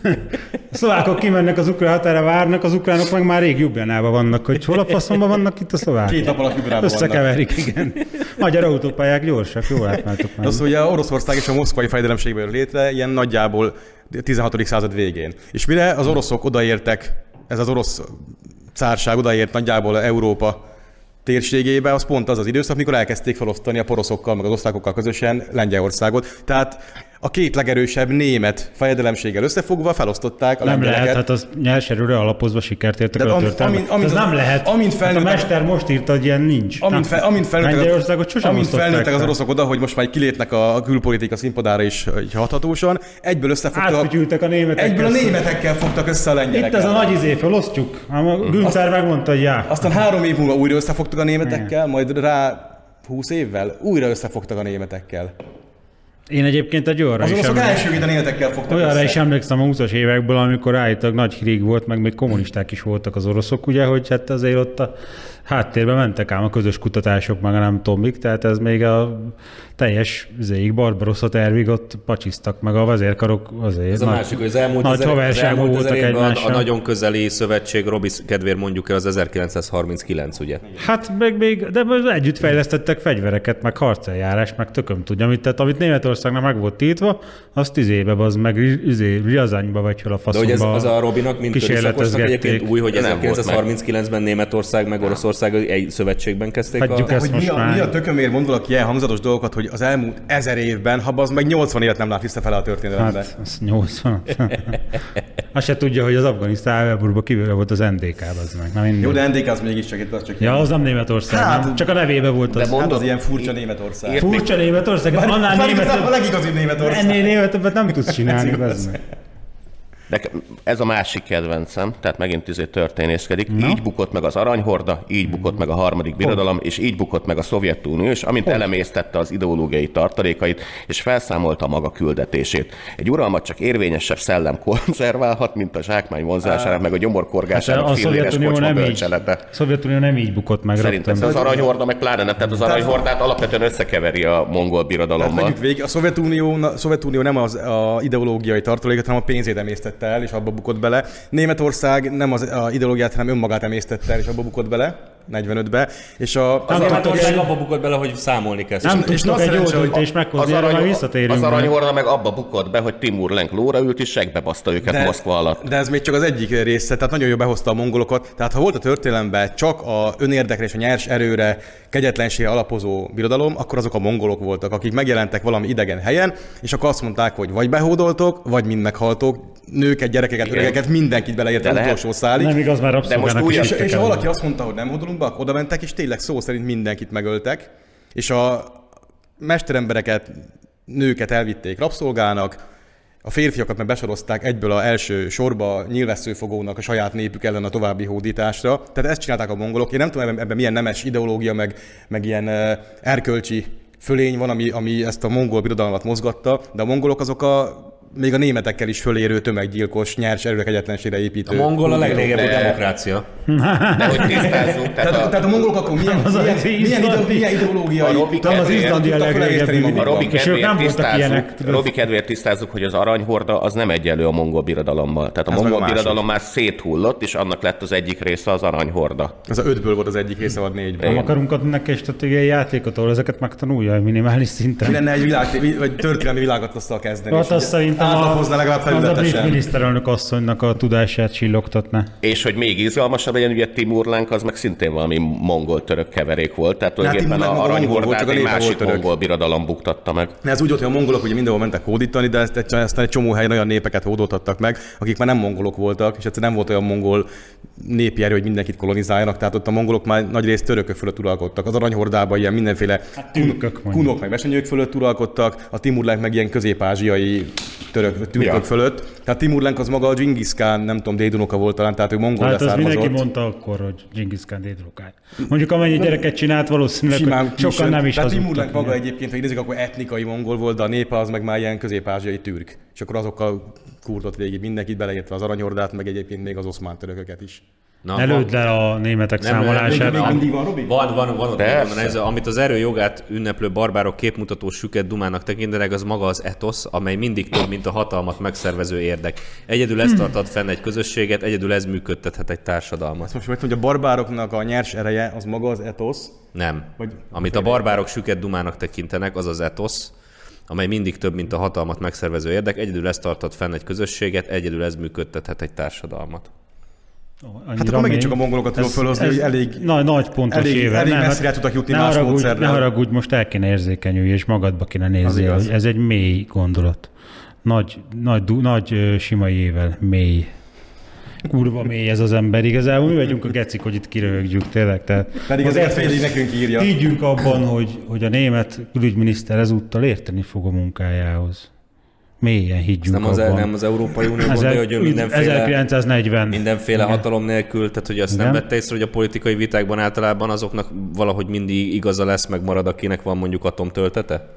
a szlovákok kimennek az ukrán határa, várnak, az ukránok meg már rég Ljubljanában vannak, hogy hol a faszomban vannak itt a szlovákok. 2 nap alatt Ljubljanában vannak. Összekeverik, igen. Magyar autópályák gyorsak, jól átmáltok már. Az, hogy a Oroszország és a moszkvai fejdelemségből jött létre, ilyen nagyjából 16. század végén. És mire az oroszok odaértek, ez az orosz cárság odaért nagyjából Európa térségébe, az pont az az időszak, mikor elkezdték felosztani a poroszokkal, meg az osztrákokkal közösen Lengyelországot. Tehát a két legerősebb német fejedelemséggel összefogva felosztották a nem lengyeleket. lehet, hát az nyerserőre alapozva sikert értek el a történelmet. Ez nem lehet. Hát a mester most írta, hogy ilyen nincs. Amint felnőttek az el. oroszok oda, hogy most már kilépnek a külpolitika színpadára is hathatósan, egyből összefogtak. A németekkel. Egyből a németekkel fogtak össze a lengyeleket. Itt ez a nagy izé, felosztjuk. Günther megmondta, hogy já. Aztán 3 év múlva újra összefogtak a németekkel, majd rá 20 évvel újra összefogtak a németekkel. Én egyébként egy olyanra az is oroszok elsőként a németekkel fogtak olyanra össze. is emlékszem a 20-as évekből, amikor állítólag nagy hírig volt, meg még kommunisták is voltak az oroszok, ugye, hogy hát azért ott a háttérben mentek ám a közös kutatások, meg nem tudom mik, tehát ez még a teljes Barbarossa tervig ott pacsiztak, meg a vezérkarok azért. Ez a másik, hogy az elmúlt voltak évben a nagyon közeli szövetség, Robi kedvéért mondjuk el, az 1939, ugye? Hát de együtt fejlesztettek fegyvereket, meg harceljárás, meg tököm tudja mit, tehát amit Németországnak meg volt tiltva, azt 10 éve az meg Riazányba vagy hol a faszomba. De hogy ez az a Robinak, mint szakosnak egyébként új, hogy 1939-ben Németország meg Oroszország egy szövetségben kezdték mi a tökömért mond valaki ilyen hangzatos dolgokat, hogy az elmúlt 1000 évben, ha az meg 80 évet nem lát visszafele a történelemben. Hát, az 80. Azt se tudja, hogy az afganisztán háborúban kívül volt az NDK, az meg. Jó, de NDK az mégiscsak itt, az csak... Ja, az nem Németország, hát, nem. Csak a nevébe volt az. Hát az ilyen furcsa Németország. Furcsa Németország? Annál németebb. A legigazibb Németország. Ennél németebbet nem tudsz csinálni, bezd. De ez a másik kedvencem, tehát megint történészkedik. No. Így bukott meg az Aranyhorda, így bukott meg a harmadik birodalom, és így bukott meg a Szovjetunió, és amint elemésztette az ideológiai tartalékait, és felszámolta maga küldetését. Egy uralmat csak érvényesebb szellem konzerválhat, mint a zsákmány vonzásának, meg a gyomorkorgásának filléres kocsma bölcselete. A Szovjetunió nem így bukott meg. Szerintem az Aranyhorda meg pláne nem, tehát az Aranyhordát alapvetően összekeveri a mongol birodalommal. A Szovjetunió nem az ideológiai tartalékot, hanem a pénzét emésztette el, és abba bukott bele. Németország nem az ideológiát, hanem önmagát emésztette el, és abba bukott bele. 45-be, és az Németország abba bukott bele, hogy számolni kezd. Nem tudtak egy jó döntést meghozni, erre már visszatérünk. Az Aranyhorda meg abba bukott be, hogy Timur Lenk lóra ült, és segbe baszta őket Moszkva alatt. De ez még csak az egyik része, tehát nagyon jól behozta a mongolokat. Tehát ha volt a történelemben csak a önérdekre és a nyers erőre, kegyetlenségre alapozó birodalom, akkor azok a mongolok voltak, akik megjelentek valami idegen helyen, és akkor azt mondták, hogy vagy behódoltok, vagy mind meghaltok, nőket, gyerekeket, öregeket, mindenkit beleérte az utolsó szálig. Nem igaz, már rabszolgának is. És ha valaki azt mondta, hogy nem hódolunk be, akkor oda mentek, és tényleg szó szerint mindenkit megöltek, és a mesterembereket, nőket elvitték rabszolgának, a férfiakat meg besorozták egyből az első sorba nyílvesszőfogónak a saját népük ellen a további hódításra. Tehát ezt csinálták a mongolok. Én nem tudom, ebben milyen nemes ideológia, meg ilyen erkölcsi fölény van, ami ezt a mongol birodalmat mozgatta, de a mongolok azok még a németekkel is fölérő tömeggyilkos, nyers erőre, kegyetlenségre építő. A mongol a legrégebbi demokrácia. De hogy tisztázzuk. Tehát a mongolok akkor milyen ideológiai... Az izlandi a legrégebbi. A Robi kedvéért tisztázzuk, hogy az Aranyhorda az nem egyenlő a mongol birodalommal. Tehát a mongol birodalom már széthullott, és annak lett az egyik része az Aranyhorda. Ez a 5-ből volt az egyik része, vagy 4-ből. Nem akarunk adni neki egy stratégiai játékot, ahol ezeket megtanulja minimális szinten. Lenne egy történelmi világatlasszal kezdeni. Hát azt szerintem átlapozna legalább felületesen. Az a brit miniszterelnök asszonynak a tudását csillogtatná. És hogy még izgalmasabb legyen, ugye Timur-Lenk az meg szintén valami mongol-török keverék volt, tehát tulajdonképpen a aranyhordát egy másik mongol birodalom buktatta meg. Ez úgy volt, hogy a mongolok ugye mindenhol mentek hódítani, de aztán egy csomó helyen olyan népeket hódoltattak meg, akik már nem mongolok voltak, és egyszerűen nem volt olyan mongol népjerő, hogy mindenkit kolonizáljanak, tehát ott a mongolok már nagy részt törökök fölött uralkodtak. Az aranyhordában ilyen mindenféle kunok meg versenyők fölött uralkodtak, a Timur-Lenk meg ilyen közép-ázsiai türkök fölött. Tehát Timur-Lenk az maga a Dzsingisz Kán, nem tudom, dédunoka volt talán, tehát ő mongol leszármazott. Hát az mindenki mondta akkor, hogy Dzsingisz Kán dédunokája. Mondjuk amennyi gyereket csinált, valószínűleg sokan nem is hazudtak. Tehát Timur-Lenk maga egyébként, ha nézzük, akkor etnikai mongol volt, de a népe az meg már ilyen közép-ázsiai türk. És akkor azokkal kurtott végig mindenkit, beleértve az aranyhordát, meg egyébként még az oszmán törököket is. Elődd le a németek számolását. Van, amit az erő jogát ünneplő barbárok képmutató süket dumának tekintenek, az maga az etosz, amely mindig több, mint a hatalmat megszervező érdek. Egyedül ez tartat fenn egy közösséget, egyedül ez működtethet egy társadalmat. Most mondtam, hogy a barbároknak a nyers ereje az maga az etosz? Nem. Amit a barbárok süket dumának tekintenek, az az etosz, amely mindig több, mint a hatalmat megszervező érdek. Egyedül ez tartat fenn egy közösséget, egyedül ez működtethet egy társadalmat. Hát akkor megint csak a mongolokat tudom felhozni, hogy elég messzire tudtak jutni más módszerrel. Ne haragudj, most el kéne érzékenyülj, és magadba kéne nézni, hogy ez egy mély gondolat. Nagy Simaiével mély. Kurva mély ez az ember. Igazából mi vagyunk a gecik, hogy itt kiröhögjük tényleg. Pedig ezeket félig nekünk írja. Higgyünk abban, hogy a német külügyminiszter ezúttal érteni fog a munkájához. Mélyen higgyünk abban. Nem az Európai Unió gondolja, hogy 1940. Mindenféle hatalom nélkül, tehát hogy azt nem vette észre, hogy a politikai vitákban általában azoknak valahogy mindig igaza lesz, meg marad, akinek van mondjuk atomtöltete?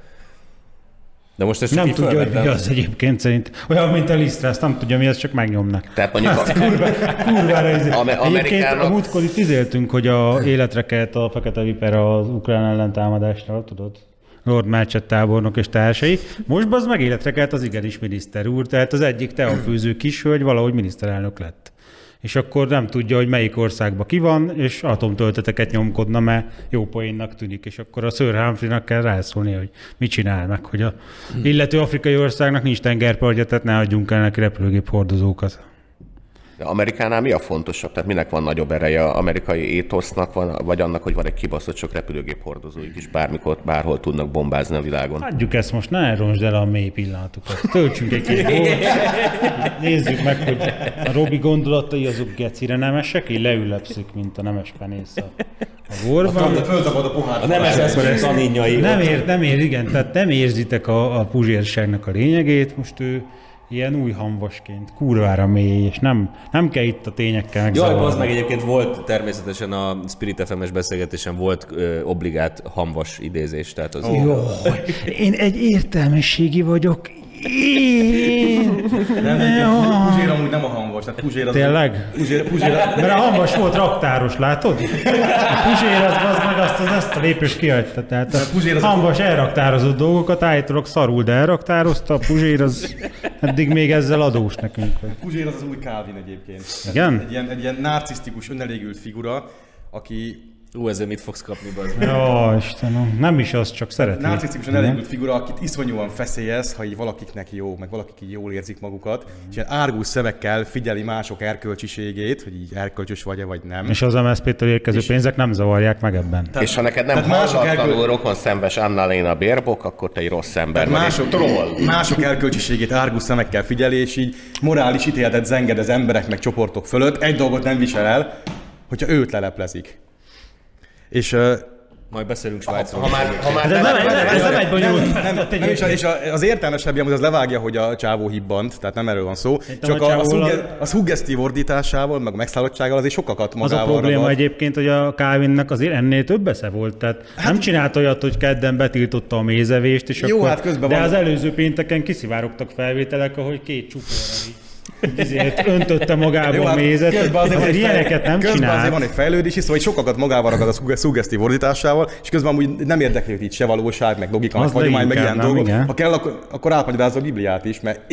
De most ezt nem tudja, hogy mi az egyébként szerint. Olyan, mint a Lisztrász, nem tudja, mi az, csak megnyomnak. Tehát mondjuk kurvára egyébként a múltkor itt izéltünk, hogy a életre kelt a fekete viper az ukrán ellentámadásra, tudod? Lord Mácsett tábornok és társai. Most az meg életre kelt az igenis miniszter úr, tehát az egyik teafőző kishölgy valahogy miniszterelnök lett. És akkor nem tudja, hogy melyik országban ki van, és atomtölteteket nyomkodna, mert jó poénnak tűnik, és akkor a Sir Humphreynak kell rászólni, hogy mit csinál meg, hogy a illető afrikai országnak nincs tengerpartja, tehát ne adjunk el neki repülőgép hordozókat. De Amerikánál mi a fontosabb? Tehát minek van nagyobb ereje? Amerikai étosznak van, vagy annak, hogy van egy kibaszott sok repülőgép hordozóik is bármikor, bárhol tudnak bombázni a világon? Adjuk ezt most, ne roncsd el a mély pillanatokat. Töltsünk egy kis bort. Nézzük meg, hogy a Robi gondolatai azok gecire nemesek, így leülepszik, mint a nemes penész a borban. Föltapad a pohár. A nemes eszmeres aninjai. Nem ér, igen, tehát nem érzitek a puzsérságnak a lényegét, most ő ilyen új hamvasként, kurvára mély, és nem kell itt a tényekkel megzavarni. Jaj, az meg egyébként volt természetesen a Spirit FM-es beszélgetésen volt obligát hamvas idézés. Tehát az Jó, én egy értelmiségi vagyok. Puzsér amúgy nem a hamvas. Tehát Puzsér az... Tényleg? Puzsér... Mert a hamvas volt raktáros, látod? A Puzsér az meg azt a lépést kihagyta. Tehát a hamvas elraktározott dolgokat, állítólag szarul, de elraktározta. A Puzsér az eddig még ezzel adós nekünk. Puzsér az új Calvin egyébként. Igen? Egy ilyen narcisztikus, önelégült figura, aki... ezzel mit fogsz kapni, bazd? Jó, Istenem, nem is az, csak szeretni. Narcisztikusan elégült figura, akit iszonyúan feszélyez, ha így valakiknek jó, meg valakik így jól érzik magukat, és ilyen árgus szövekkel figyeli mások erkölcsiségét, hogy így erkölcsös vagy-e, vagy nem. És az MSZP-től érkező pénzek nem zavarják meg ebben. És ha neked nem hallatlanul rokon szembes Anna-Léna Baerbock, akkor te egy rossz ember vagy, mások erkölcsiségét árgus szemekkel figyeli, és így morális ítéletet zenged az emberek meg csoportok fölött. Egy dolgot nem visel el, hogyha őt leleplezik. És majd beszélünk Svájcról. Ez nem egy bonyolult. És az értelmesebb az levágja, hogy a csávó hibbant, tehát nem erről van szó. Csak a szuggesztív ordításával, meg a megszállottsággal azért sokakat magával az a probléma ragad. egyébként, hogy a Calvinnek azért ennél több esze volt. Tehát nem csinált olyat, hogy kedden betiltotta a mézevést, és jó, akkor, hát közben de van... az előző pénteken kiszivárogtak felvételek, ahogy 2 csuporra ezért öntötte magában a mézet. Azért ilyeneket nem csinál. Közben azért van egy fejlődés, szóval hogy sokakat magával ragad a szuggesztív ordításával, és közben amúgy nem érdekli, hogy itt se valóság, meg logika, meg hagyomány, meg ilyen dolgok. Ha kell, akkor átmagyarázza a Bibliát is, mert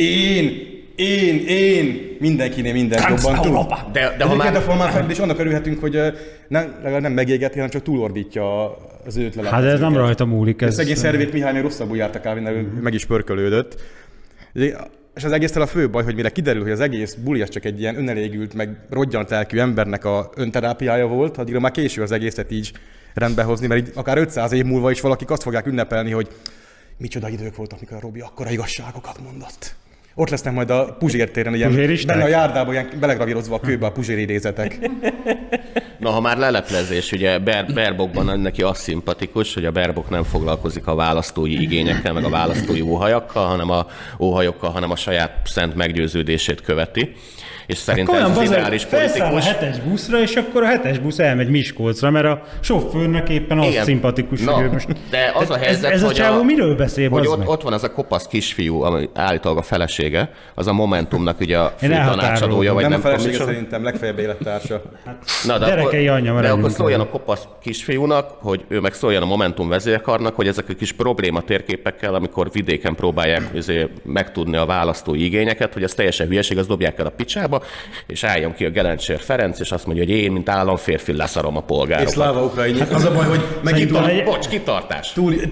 én mindenkinél mindent jobban tud. De ha már... a formál fejlődés, annak örülhetünk, hogy nem megégeti, hanem csak túlordítja az őt lelepezőket. Hát ez nem rajta múlik. Szegény Szervék Mihály még rosszabbul járt a Calvin, meg is pörkölődött. És az egésztel a fő baj, hogy mire kiderül, hogy az egész buli az csak egy ilyen önelégült, meg rodgyant lelkű embernek a önterápiája volt, addigra már késő az egészet így rendbe hozni, mert így akár 500 év múlva is valakik azt fogják ünnepelni, hogy micsoda idők voltak, mikor a Robi akkora igazságokat mondott. Ott lesznek majd a Puzsér téren, ilyen benne a járdában ilyen belegravírozva a kőbe a Puzsér idézetek. Na, ha már leleplezés, ugye Baerbockban neki az szimpatikus, hogy a Baerbock nem foglalkozik a választói igényekkel, meg a választói óhajokkal, hanem a saját szent meggyőződését követi. És szerintem ez az ideális politikus. Felszáll a 7-es buszra, és akkor a 7-es busz elmegy Miskolcra, mert a sofőrnek éppen az szimpatikus, hogy ő most... De az a helyzet, ez a csávó miről beszél? Hogy ott van az a kopasz kisfiú, ami állítólag a felesége, az a Momentumnak ugye a fő tanácsadója, vagy nem nem a felesége szerintem, legfeljebb élettársa. Na, de akkor szóljon a kopasz kisfiúnak, hogy ő meg szóljon a Momentum vezérkarnak, hogy ezek a kis probléma térképekkel, amikor vidéken próbálják megtudni a választói igényeket, hogy ez teljesen hülyeség, azt dobják el a picsába, és álljon ki a Gelencsér Ferenc, és azt mondja, hogy én, mint államférfi, leszarom a polgárokat. És szláva ukrajnyi. Az a baj, hogy kitartás.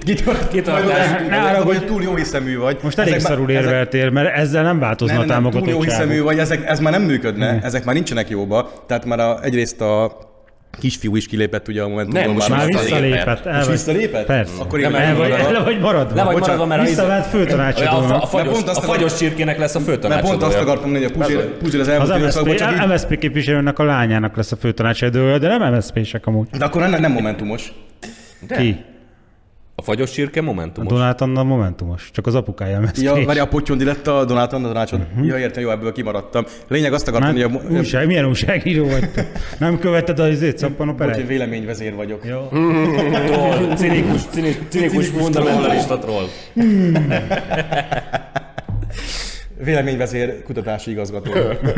Túl jó hiszemű vagy. Most elég szarul érveltél, mert ezzel nem változna a támogatottság. Túl jó hiszemű vagy, ez már nem működne, ezek már nincsenek jóba. Tehát már egyrészt a kisfiú is kilépett ugye a Momentumban. Nem, már visszalépett. Most visszalépett? Persze. Akkor le vagy maradva. Mert visszavált főtanácsadónak. A fagyos csirkének lesz a főtanácsadója. Mert pont azt akartam mondani, hogy a Puzsér az elmúlt időszakban az MSZP képviselőnek a lányának lesz a főtanácsadója, de nem MSZP-sek amúgy. De akkor nem momentumos. Ki? A fagyos csirke momentumos? A Donát Anna momentumos, csak az apukája MSZP. Ja, várj, a Pottyondi lett a Donát Anna tanácsadó. Ja, értem, jó, ebből kimaradtam. Lényeg azt akartam, hogy milyen újságíró vagy te? Nem követted az Szappan-operát? Hogy véleményvezér vagyok. Jó. Cinikus fundamentalista troll. Véleményvezér kutatási igazgató.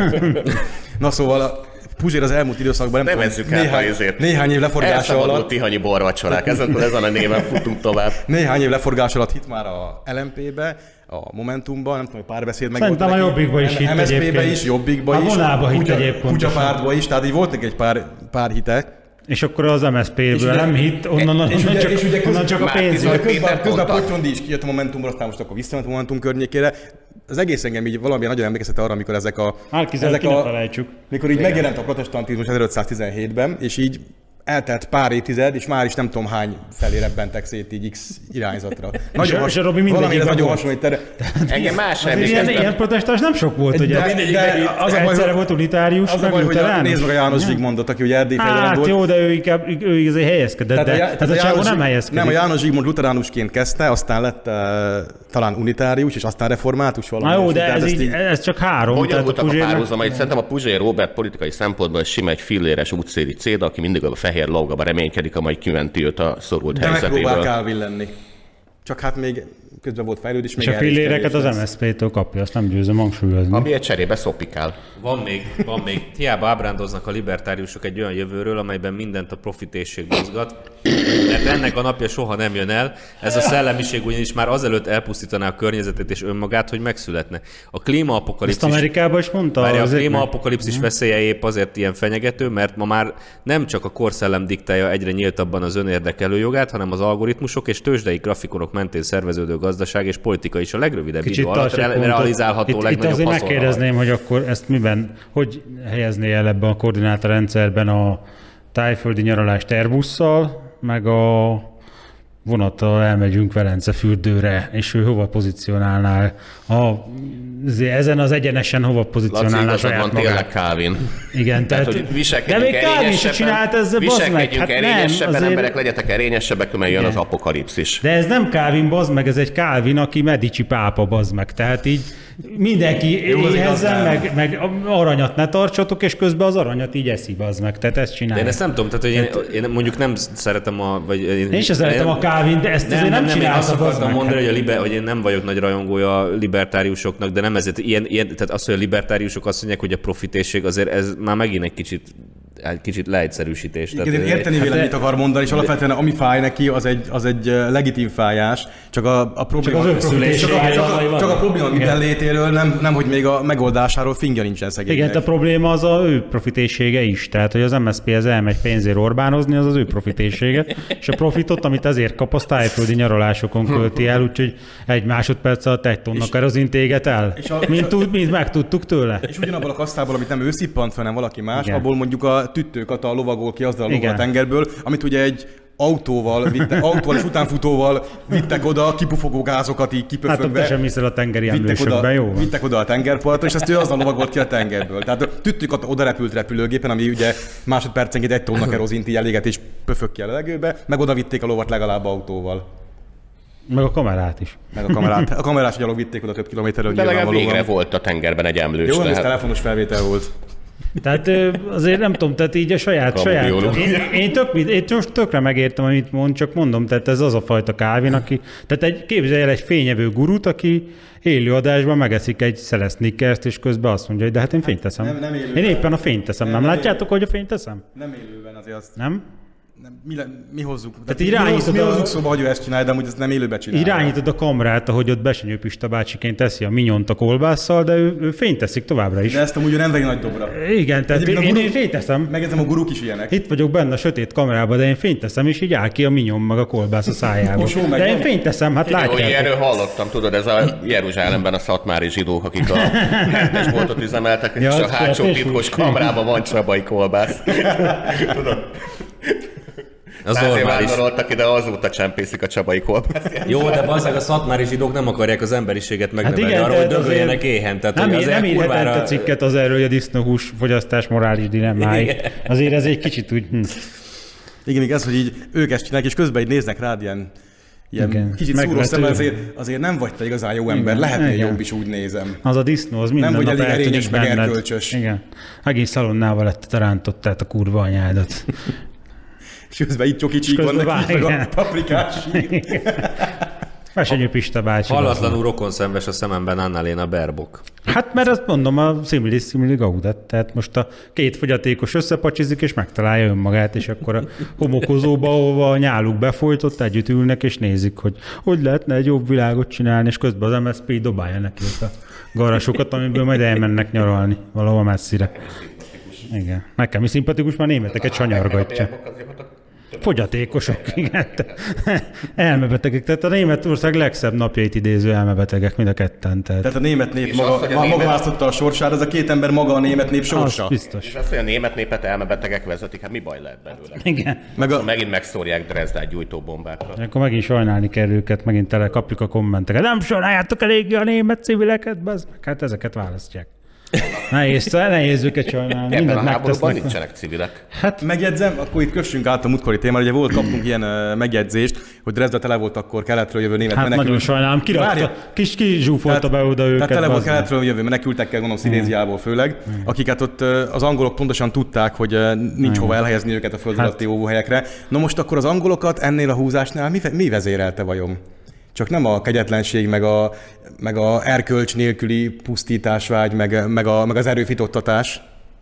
Na szóval Puzsér az elmúlt időszakban néhány év leforgása alatt... Tihanyi borvacsorák, ezen a néven futunk tovább. Néhány év leforgás alatt hit már a LMP-be, a Momentumban, nem tudom, hogy Párbeszéd meg volt. Szerintem a Jobbikba is hitt egyébként. MSZP-be is, Jobbikba is. A Vonába hitt egyébként. Kutyapártba is, tehát így volt neki egy pár hite. És akkor az MSZP-ből nem hitt, onnan csak a pénz. Közben a Pottyondi is kijött a Momentumból, aztán most akkor visszament a Momentum környékére. Az egész engem így valamilyen nagyon emlékeztet arra, amikor mikor így megjelent a protestantizmus 1517-ben, és így eltelt pár évtized, és már is nem tudom hány felé rebbentek szét így X irányzatra. És a Robi mindegyik nagyon hasonlít. Engem más sem ilyen protestáns nem sok volt, ugye? Az egyszerre volt unitárius, meg luteránus. Nézd meg a János Zsigmondot, aki ugye Erdélyfejlelen volt. Hát jó, de ő azért helyezkedett, de ez a csávó nem helyezkedik. Nem, a János Zsigmond luteránusként kezdte, aztán lett talán unitárius, és aztán református valami. Na jó, de ez csak három. Hogyan voltak a párhuzama? Szerintem a Puzsér Róbert politikai szempontból sima egy filléres útszéli céda, aki mindig a fehér lógaba reménykedik, amely kiventi őt a szorult helyzetéből. De megpróbál Calvin lenni. Csak hát még közben volt fejlődés. És a filléreket az MSZP-től kapja, azt nem győzöm hangsúlyozni. Ami egy cserébe szopikál. Van még. Hiába ábrándoznak a libertáriusok egy olyan jövőről, amelyben mindent a profitésség mozgat. Mert ennek a napja soha nem jön el. Ez a szellemiség ugyanis már azelőtt elpusztítaná a környezetet és önmagát, hogy megszületne. A klímaapokalipszis... Ezt Amerikában is mondta. A klímaapokalipszis veszélye épp azért ilyen fenyegető, mert ma már nem csak a korszellem diktálja egyre nyíltabban az önérdekelő jogát, hanem az algoritmusok és tőzsdei grafikonok mentén szerveződő gazdaság és politika is a legrövidebb idő alatt realizálható legnagyobb haszonra. Itt azért megkérdezném, hogy akkor ezt hogy helyezné el ebben a koordinátorrendszerben a tájföldi nyaralást Airbusszal, meg a vonattal elmegyünk Velence fürdőre, és ő hova pozícionálná? Ezen az egyenesen hova pozícionálná saját magát? Tényleg Calvin. Igen, tehát hogy de még Calvin se csinált ezzel, bazd meg. Hát erényesebben, azért... emberek legyetek erényesebbek, mert jön az apokalipszis. De ez nem Calvin, bazd meg, ez egy Calvin, aki Medici pápa, bazd meg. Tehát így mindenki éhezzen, meg aranyat ne tartsatok, és közben az aranyat így eszi, bazd meg. Tehát ezt csinálja. De én ezt nem tudom, tehát hogy én mondjuk nem szeretem én sem szeretem a Calvin, de ezt azért nem csinálta. Én azt akartam mondani, hogy én nem vagyok nagy rajongója a libertáriusoknak, de nem ezért tehát az, hogy a libertáriusok azt mondják, hogy a profitésség, azért ez már megint egy kicsit egy kicsit leegyszerűsítés. Igen, én érteni vélem, mit akar mondani, és alapvetően ami fáj neki, az egy legitim fájás, csak a probléma, csak a probléma mindenlétéről, nem hogy még a megoldásáról fingja nincsen szegénynek. Igen, a probléma az a ő profitészsége is, tehát hogy az MSZP-hez elmegy pénzért Orbánozni, az ő profitészsége, és a profitot, amit azért kap, a tájföldi nyaralásokon költi el, úgyhogy egy másodperc alatt 1 tonna kerozint éget el, mint megtudtuk tőle. És ugyanabban a kasztából, amit nem ő szippant fel, hanem valaki más, igen. Abból mondjuk a tüttőkat a lovagol ki azzal a lovag a tengerből, amit ugye egy autóval és utánfutóval vittek oda, kipufogó gázokat így kipöfögve. Hát te sem hiszel a tengeri emlősökben, jó? Vittek oda a tengerpartra, és azt ő azzal lovagolt ki a tengerből. Tehát a tüttőkat oda repült repülőgépen, ami ugye másodpercenként 1 tonna kerozint így eléget és pöfög ki a levegőbe, meg oda vitték a lovat legalább autóval. Meg a kamerát is. Meg a kamerát. A kamerát is gyalog vitték oda több kilométerről. De legalább végre volt a tengerben egy emlős. Jó, ez telefonos felvétel volt. Tehát azért nem tudom, tehát így a saját. Én tökre megértem, amit mond, csak mondom, tehát ez az a fajta Calvin, aki, tehát képzelj el egy fényevő gurút, aki élő adásban megeszik egy Szeles Snickerst, és közben azt mondja, hogy de hát én fényt teszem. Nem én éppen a fényt teszem. Nem látjátok, hogy a fényt teszem? Nem élőben azért azt. Nem? Mi hozzuk? Mi hozzuk szóba, hogy ő ezt csinálja, de amúgy ezt nem élőbe csinálja. Irányítod a kamerát, ahogy ott Besenyő Pista bácsiként teszi a minyont a kolbásszal, de ő fényt teszik továbbra is. De ezt amúgy nem vegi nagy dobra. Igen, tehát én fényt teszem. Megjegyzem, a guruk is ilyenek. Itt vagyok benne a sötét kamerában, de én fényt teszem, és így áll ki a minyon meg a kolbász a szájából. De én fényt teszem, hát látjátok. Erről hallottam, tudod, ez a Jeruzsálemben a szatmári zsidók, akik a hertes boltot üzemeltek, és a hátsó titkos kamrában van csabai kolbász. Tudod? Az normális. Vándoroltak ide, azóta csempészik a csabai kolbászt. Jó, de bazzeg a szatmári zsidók nem akarják az emberiséget megnevelni, hát arra, hogy dögöljenek éhen. Tehát, nem írhetett a cikket az erről, hogy a disznóhús fogyasztás morális dilemmái. Azért ez egy kicsit úgy... Igen, ez, hogy így ők ezt csinálják, és közben így néznek rád ilyen kicsit szúró szemmel, azért nem vagy te igazán jó ember, lehetnél jobb is, úgy nézem. Az a disznó, az minden nap eltűnik benned. Nem vagy elég erényes, meg erkölcsös. Igen. Egész szalonnával letted a rántottát a kurva anyádat. És közben itt csokicsikk vannak, így meg a paprikás sík. Besenyő Pista bácsi. Hallatlanul rokonszenves a szememben Annalena Baerbock. Hát mert azt mondom, a simili gaudet. Tehát most a 2 fogyatékos összepacsizik, és megtalálja önmagát, és akkor a homokozóba, ahova a nyáluk befolytott, együtt ülnek, és nézik, hogy lehetne egy jobb világot csinálni, és közben az MSZP dobálja neki a garasokat, amiből majd elmennek nyaralni valahol messzire. Igen. Nekem is szimpatikus, már németeket sanyargatja. Fogyatékosok, igen. Elmebetegek. Tehát a Németország legszebb napjait idéző elmebetegek, mind a ketten. Tehát a német nép maga választotta a sorsát, ez a 2 ember maga a német nép sorsa. Az biztos. És azt, hogy a német népet elmebetegek vezetik, hát mi baj lehet belőle? Igen. Megint megszórják Dresdát gyújtóbombákkal. Akkor megint sajnálni kell őket, megint kapjuk a kommenteket. Nem sajnáljátok eléggé a német civileket, bazd meg. Hát ezeket választják. Nehéz őket sajnálni. Ebben a háborúban nincsenek civilek. Hát megjegyzem, akkor itt kössünk át a múltkori témára. Ugye kaptunk ilyen megjegyzést, hogy Dresda tele volt akkor keletről jövő német menekült. Nagyon sajnálom, zsúfolta be oda őket. Tehát tele volt keletről jövő menekültekkel, gondolom Sziléziából főleg, akiket ott az angolok pontosan tudták, hogy nincs hova elhelyezni őket a föld alatti óvóhelyekre. Na most akkor az angolokat ennél a húzásnál mi vezérelte vajon? Csak nem a kegyetlenség, meg a erkölcs nélküli pusztításvágy, meg az erőfitottatás.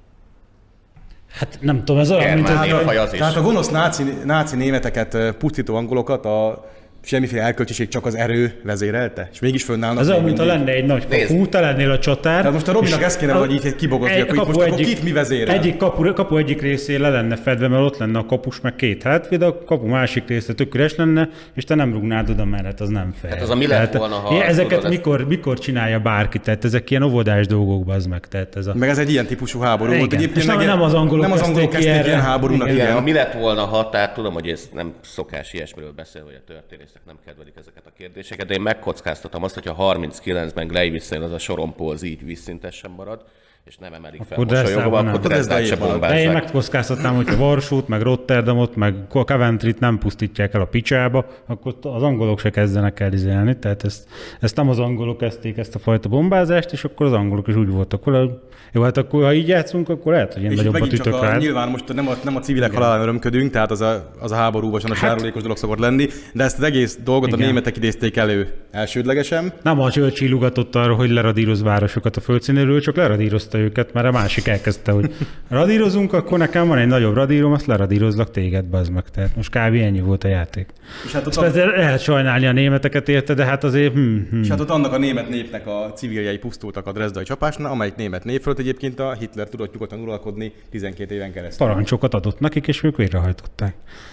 Hát nem tudom, ez olyan, mint tehát a gonosz náci németeket pusztító angolokat a semmiféle erkölcsiség, csak az erő vezérelte? És mégis fönnállnak. Ez olyan, mint ha lenne egy nagy kapu, te lennél a csatár. Tehát most a Robinak ezt kéne vagy így kibogozni, akkor kit mi vezérel? Egyik kapu egyik részén le lenne fedve, mert ott lenne a kapus, meg 2 hátvéd, a kapu másik része tök üres lenne, és te nem rúgnád oda, mert az nem fel. Hát az a mi lett volna, ha... Ezeket mikor csinálja bárki? Tehát ezek ilyen óvodás dolgok, bazd meg. Meg ez egy ilyen típusú háború volt. Egyébként nem az angolok kezdték ilyen háborúnak. Igen, mi lett volna, ha, tehát tudom, hogy ez nem szokás ilyesmiről beszél, hogy a történészek nem kedvelik ezeket a kérdéseket, de én megkockáztatom azt, hogyha 39-ben Gleivissen az a sorompó az így vízszintesen marad, és nem emelik fel mosolyogva, akkor Dresdát se bombázzák. Én megkockáztatnám, hogyha Varsót, meg Rotterdamot, meg Coventryt nem pusztítják el a picsába, akkor az angolok se kezdenek el izélni. Tehát ezt nem az angolok kezdték, ezt a fajta bombázást, és akkor az angolok is úgy voltak, hogy jó, hát akkor ha így játszunk, akkor lehet, hogy én nagyobbat ütök rá. Nyilván most nem a civilek halálán örömködünk, tehát az a háborúban a sárulékos dolog szokott lenni, de ezt az egész dolgot a németek idézték elő elsődlegesen. Nem a Churchill ugatott arra, hogy leradíroz városokat a földszínéről, csak leradírozta leradírozta őket, mert a másik elkezdte, hogy radírozunk, akkor nekem van egy nagyobb radírom, azt leradírozlak téged, bazd meg. Tehát most kb. Ennyi volt a játék. És hát ott lehet sajnálni a németeket érte, de hát azért... És hát ott annak a német népnek a civiljei pusztultak a drezdai csapásnál, amelyik német nép fölött egyébként a Hitler tudott nyugodtan uralkodni 12 éven keresztül. Parancsokat adott nekik, és ők végrehajtották.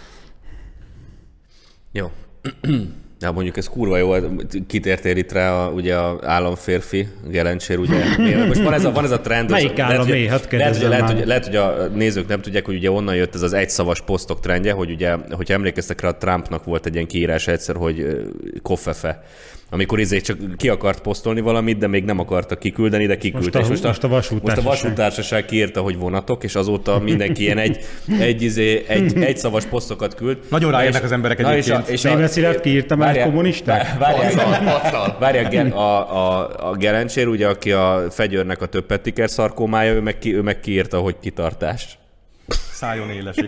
Jó. Ja, mondjuk ez kurva jó, kitértél itt rá ugye az államférfi, Gelencsér, ugye. Most van ez a trend. Melyik államé? Hát lehet, hogy a nézők nem tudják, hogy ugye onnan jött ez az egyszavas posztok trendje, hogy ugye, hogyha emlékeztek rá, Trumpnak volt egy ilyen kiírás egyszer, hogy koffefe. Amikor csak ki akart posztolni valamit, de még nem akarta kiküldeni, de kiküldte. Most a vasútársaság kiírta, hogy vonatok, és azóta mindenki ilyen egy szavas posztokat küld. Nagyon ráérnek az emberek egyébként. És Németh Szilárd kiírta már kommunisták? Várják, a Gelencsér, ugye, aki a Fegyőrnek a többetiker szarkómája, ő meg kiírta, hogy kitartás. Szálljon élesik.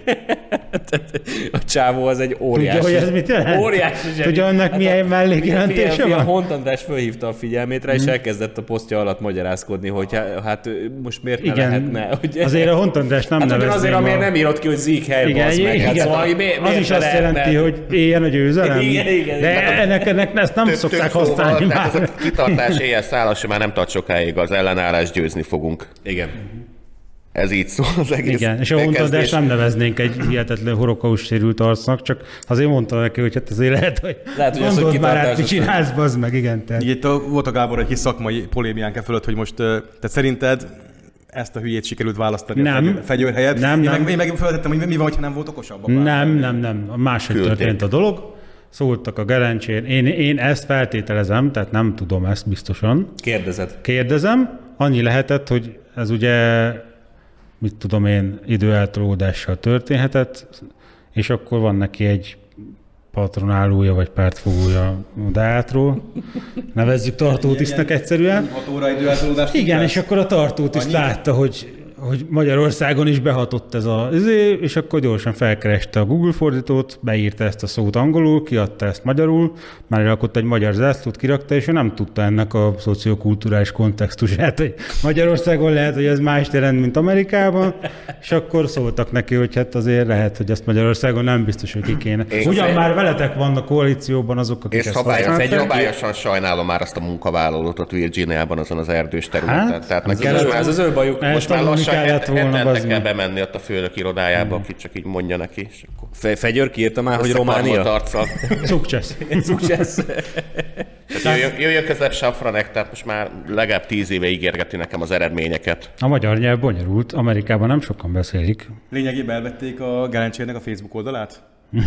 A csávó az egy óriási. Tudja, hogy ez mit jelent? Óriási zseni. Tudja, annak milyen mellékjelentése van? Hont András fölhívta a figyelmét rá, és elkezdett a posztja alatt magyarázkodni, hogy hát most miért ne lehetne. Ugye? Azért a Hont András nem nevezném. Azért, amiért nem írott ki, hogy Zíkhely, bassz meg. Hát szóval, az is azt jelenti, hogy éljen a győzelem. Igen. De ennek ezt nem szokták használni már. Tehát a kitartás éjjel szállas, már nem tart sokáig, az ellenállás, győzni fogunk. Igen. Ez így szól az egész. Igen, és a Hont András nem neveznénk egy hihetetlen holokauszt sérült arcnak, csak azért mondta neki, hogy hát azért lehet, hogy gondold már át, mit csinálsz, bazd meg, igen. Tehát. Itt volt a Gábor egy kis szakmai polémiánk fölött, hogy most te szerinted ezt a hülyét sikerült választani a Fegyőr helyett? Én meg feltettem, hogy mi van, ha nem volt okosabb a pár. Nem. Máshogy történt a dolog. Szóltak a Gelencsér. Én ezt feltételezem, tehát nem tudom ezt biztosan. Kérdezem. Annyi lehetett, hogy ez ugye mit tudom én, időeltolódással történhetett, és akkor van neki egy patronálója, vagy pártfogója Deátról. Nevezzük tartótisztnek egyszerűen. 6 óra időeltolódás. Igen, és akkor a tartótiszt látta, hogy Magyarországon is behatott ez és akkor gyorsan felkereste a Google fordítót, beírta ezt a szót angolul, kiadta ezt magyarul, már rakott egy magyar zászlót, kirakta, és ő nem tudta ennek a szociokulturális kontextusát, hogy Magyarországon lehet, hogy ez más jelent, mint Amerikában, és akkor szóltak neki, hogy hát azért lehet, hogy ezt Magyarországon nem biztos, hogy ki kéne. Ugyan már veletek vannak a koalícióban azok, akik ezt használják. Szabályosan sajnálom már azt a munkavállalót ott Virginiában, azon az erdős területen. Hát, tehát ez az ő bajuk. Most már lassan hetente kell bemenni ott a főnök irodájába, aki csak így mondja neki. Fegyőr kiírta már, hogy Románia? Cukcsesz. Jöjjön közebb Safranek, tehát most már legalább 10 éve ígérgeti nekem az eredményeket. A magyar nyelv bonyolult, Amerikában nem sokan beszélik. Lényegében elvették a Gelencsérnek a Facebook oldalát?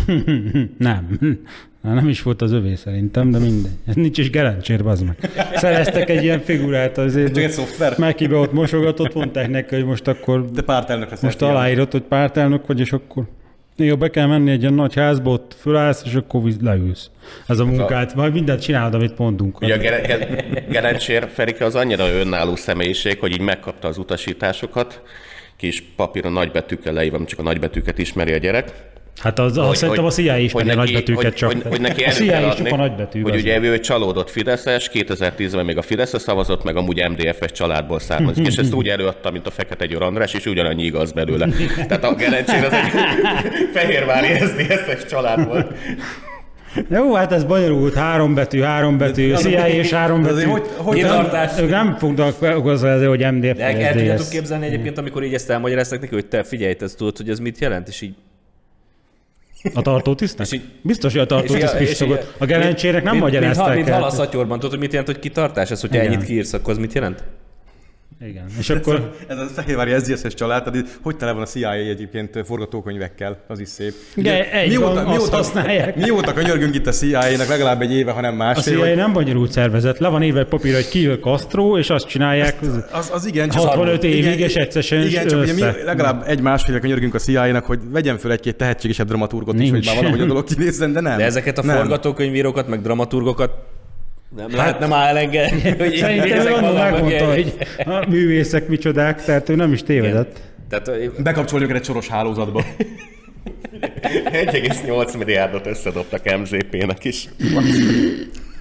Nem is volt az övé szerintem, de mindegy. Nincs is Gelencsér, bazd meg. Szereztek egy ilyen figurát azért. Csak egy szoftver. Mekibe ott mosogatott, mondták neki, hogy most akkor... De pártelnök lesz. Most aláírott, hogy pártelnök vagy, és akkor... Néha be kell menni egy ilyen nagy házba, ott fölállsz, és akkor leülsz. Ez a munkát. Majd mindent csinálod, amit mondunk. Ugye a Gelencsér Ferike az annyira önálló személyiség, hogy így megkapta az utasításokat, kis papíron nagybetűkkel leírva, csak a nagybetűket ismeri a gyerek. Hát szerintem a CIA ismeri a nagybetűket csak. Hogy neki a CIA is csak a nagybetű. Hogy ugye ő egy csalódott fideszes, 2010-ben még a Fideszre szavazott, meg amúgy MDF-es családból származik. És ezt úgy előadta, mint a Fekete Győr András, és ugyanannyi igaz belőle. Tehát a Gelencsér az egy fehérvári SZDSZ-es család volt. Jó, hát ez bonyolult, három betű, CIA és 3 betű. Ők nem fognak felhozni, hogy MDF. De el tudjátok képzelni egyébként, amikor így ezt elmagyaráztak neki, hogy te figyelj, te tudod, hogy ez mit jelent, és így a tartótisztnek? Biztos, hogy a tartótiszt pisztogot. A Gelencsérnek nem magyarázták el. Mint Halasz Szatyorban, tudod, hogy mit jelent, hogy kitartás? Ez, hogyha ennyit kiírsz, akkor az mit jelent? Igen. És akkor... Ez a fehérvári SZDSZ-es család, tehát hogy tele van a CIA egyébként forgatókönyvekkel, az is szép. Azt használják. Mióta könyörgünk itt a CIA-nak, legalább egy éve, hanem másfél. A CIA nem bonyolult szervezet. Le van írva egy papírra, hogy Kill Castro, és azt csinálják az igen, csak 65 évig, és egyszerűen igen, csak ugye mi legalább egy-másfél könyörgünk a CIA-nak, hogy vegyen föl egy-két tehetségesebb dramaturgot is, hogy már valahogy a dolog kinézzen, de nem. De ezeket a forgatókönyvírókat, meg dramaturgokat nem lehet, nem áll elengedni, hogy szerintem ő annól megmondta, hogy a művészek micsodák, tehát ő nem is tévedett. Bekapcsolni őket egy soros hálózatba. 1,8 milliárdot összedobtak MZP-nek is.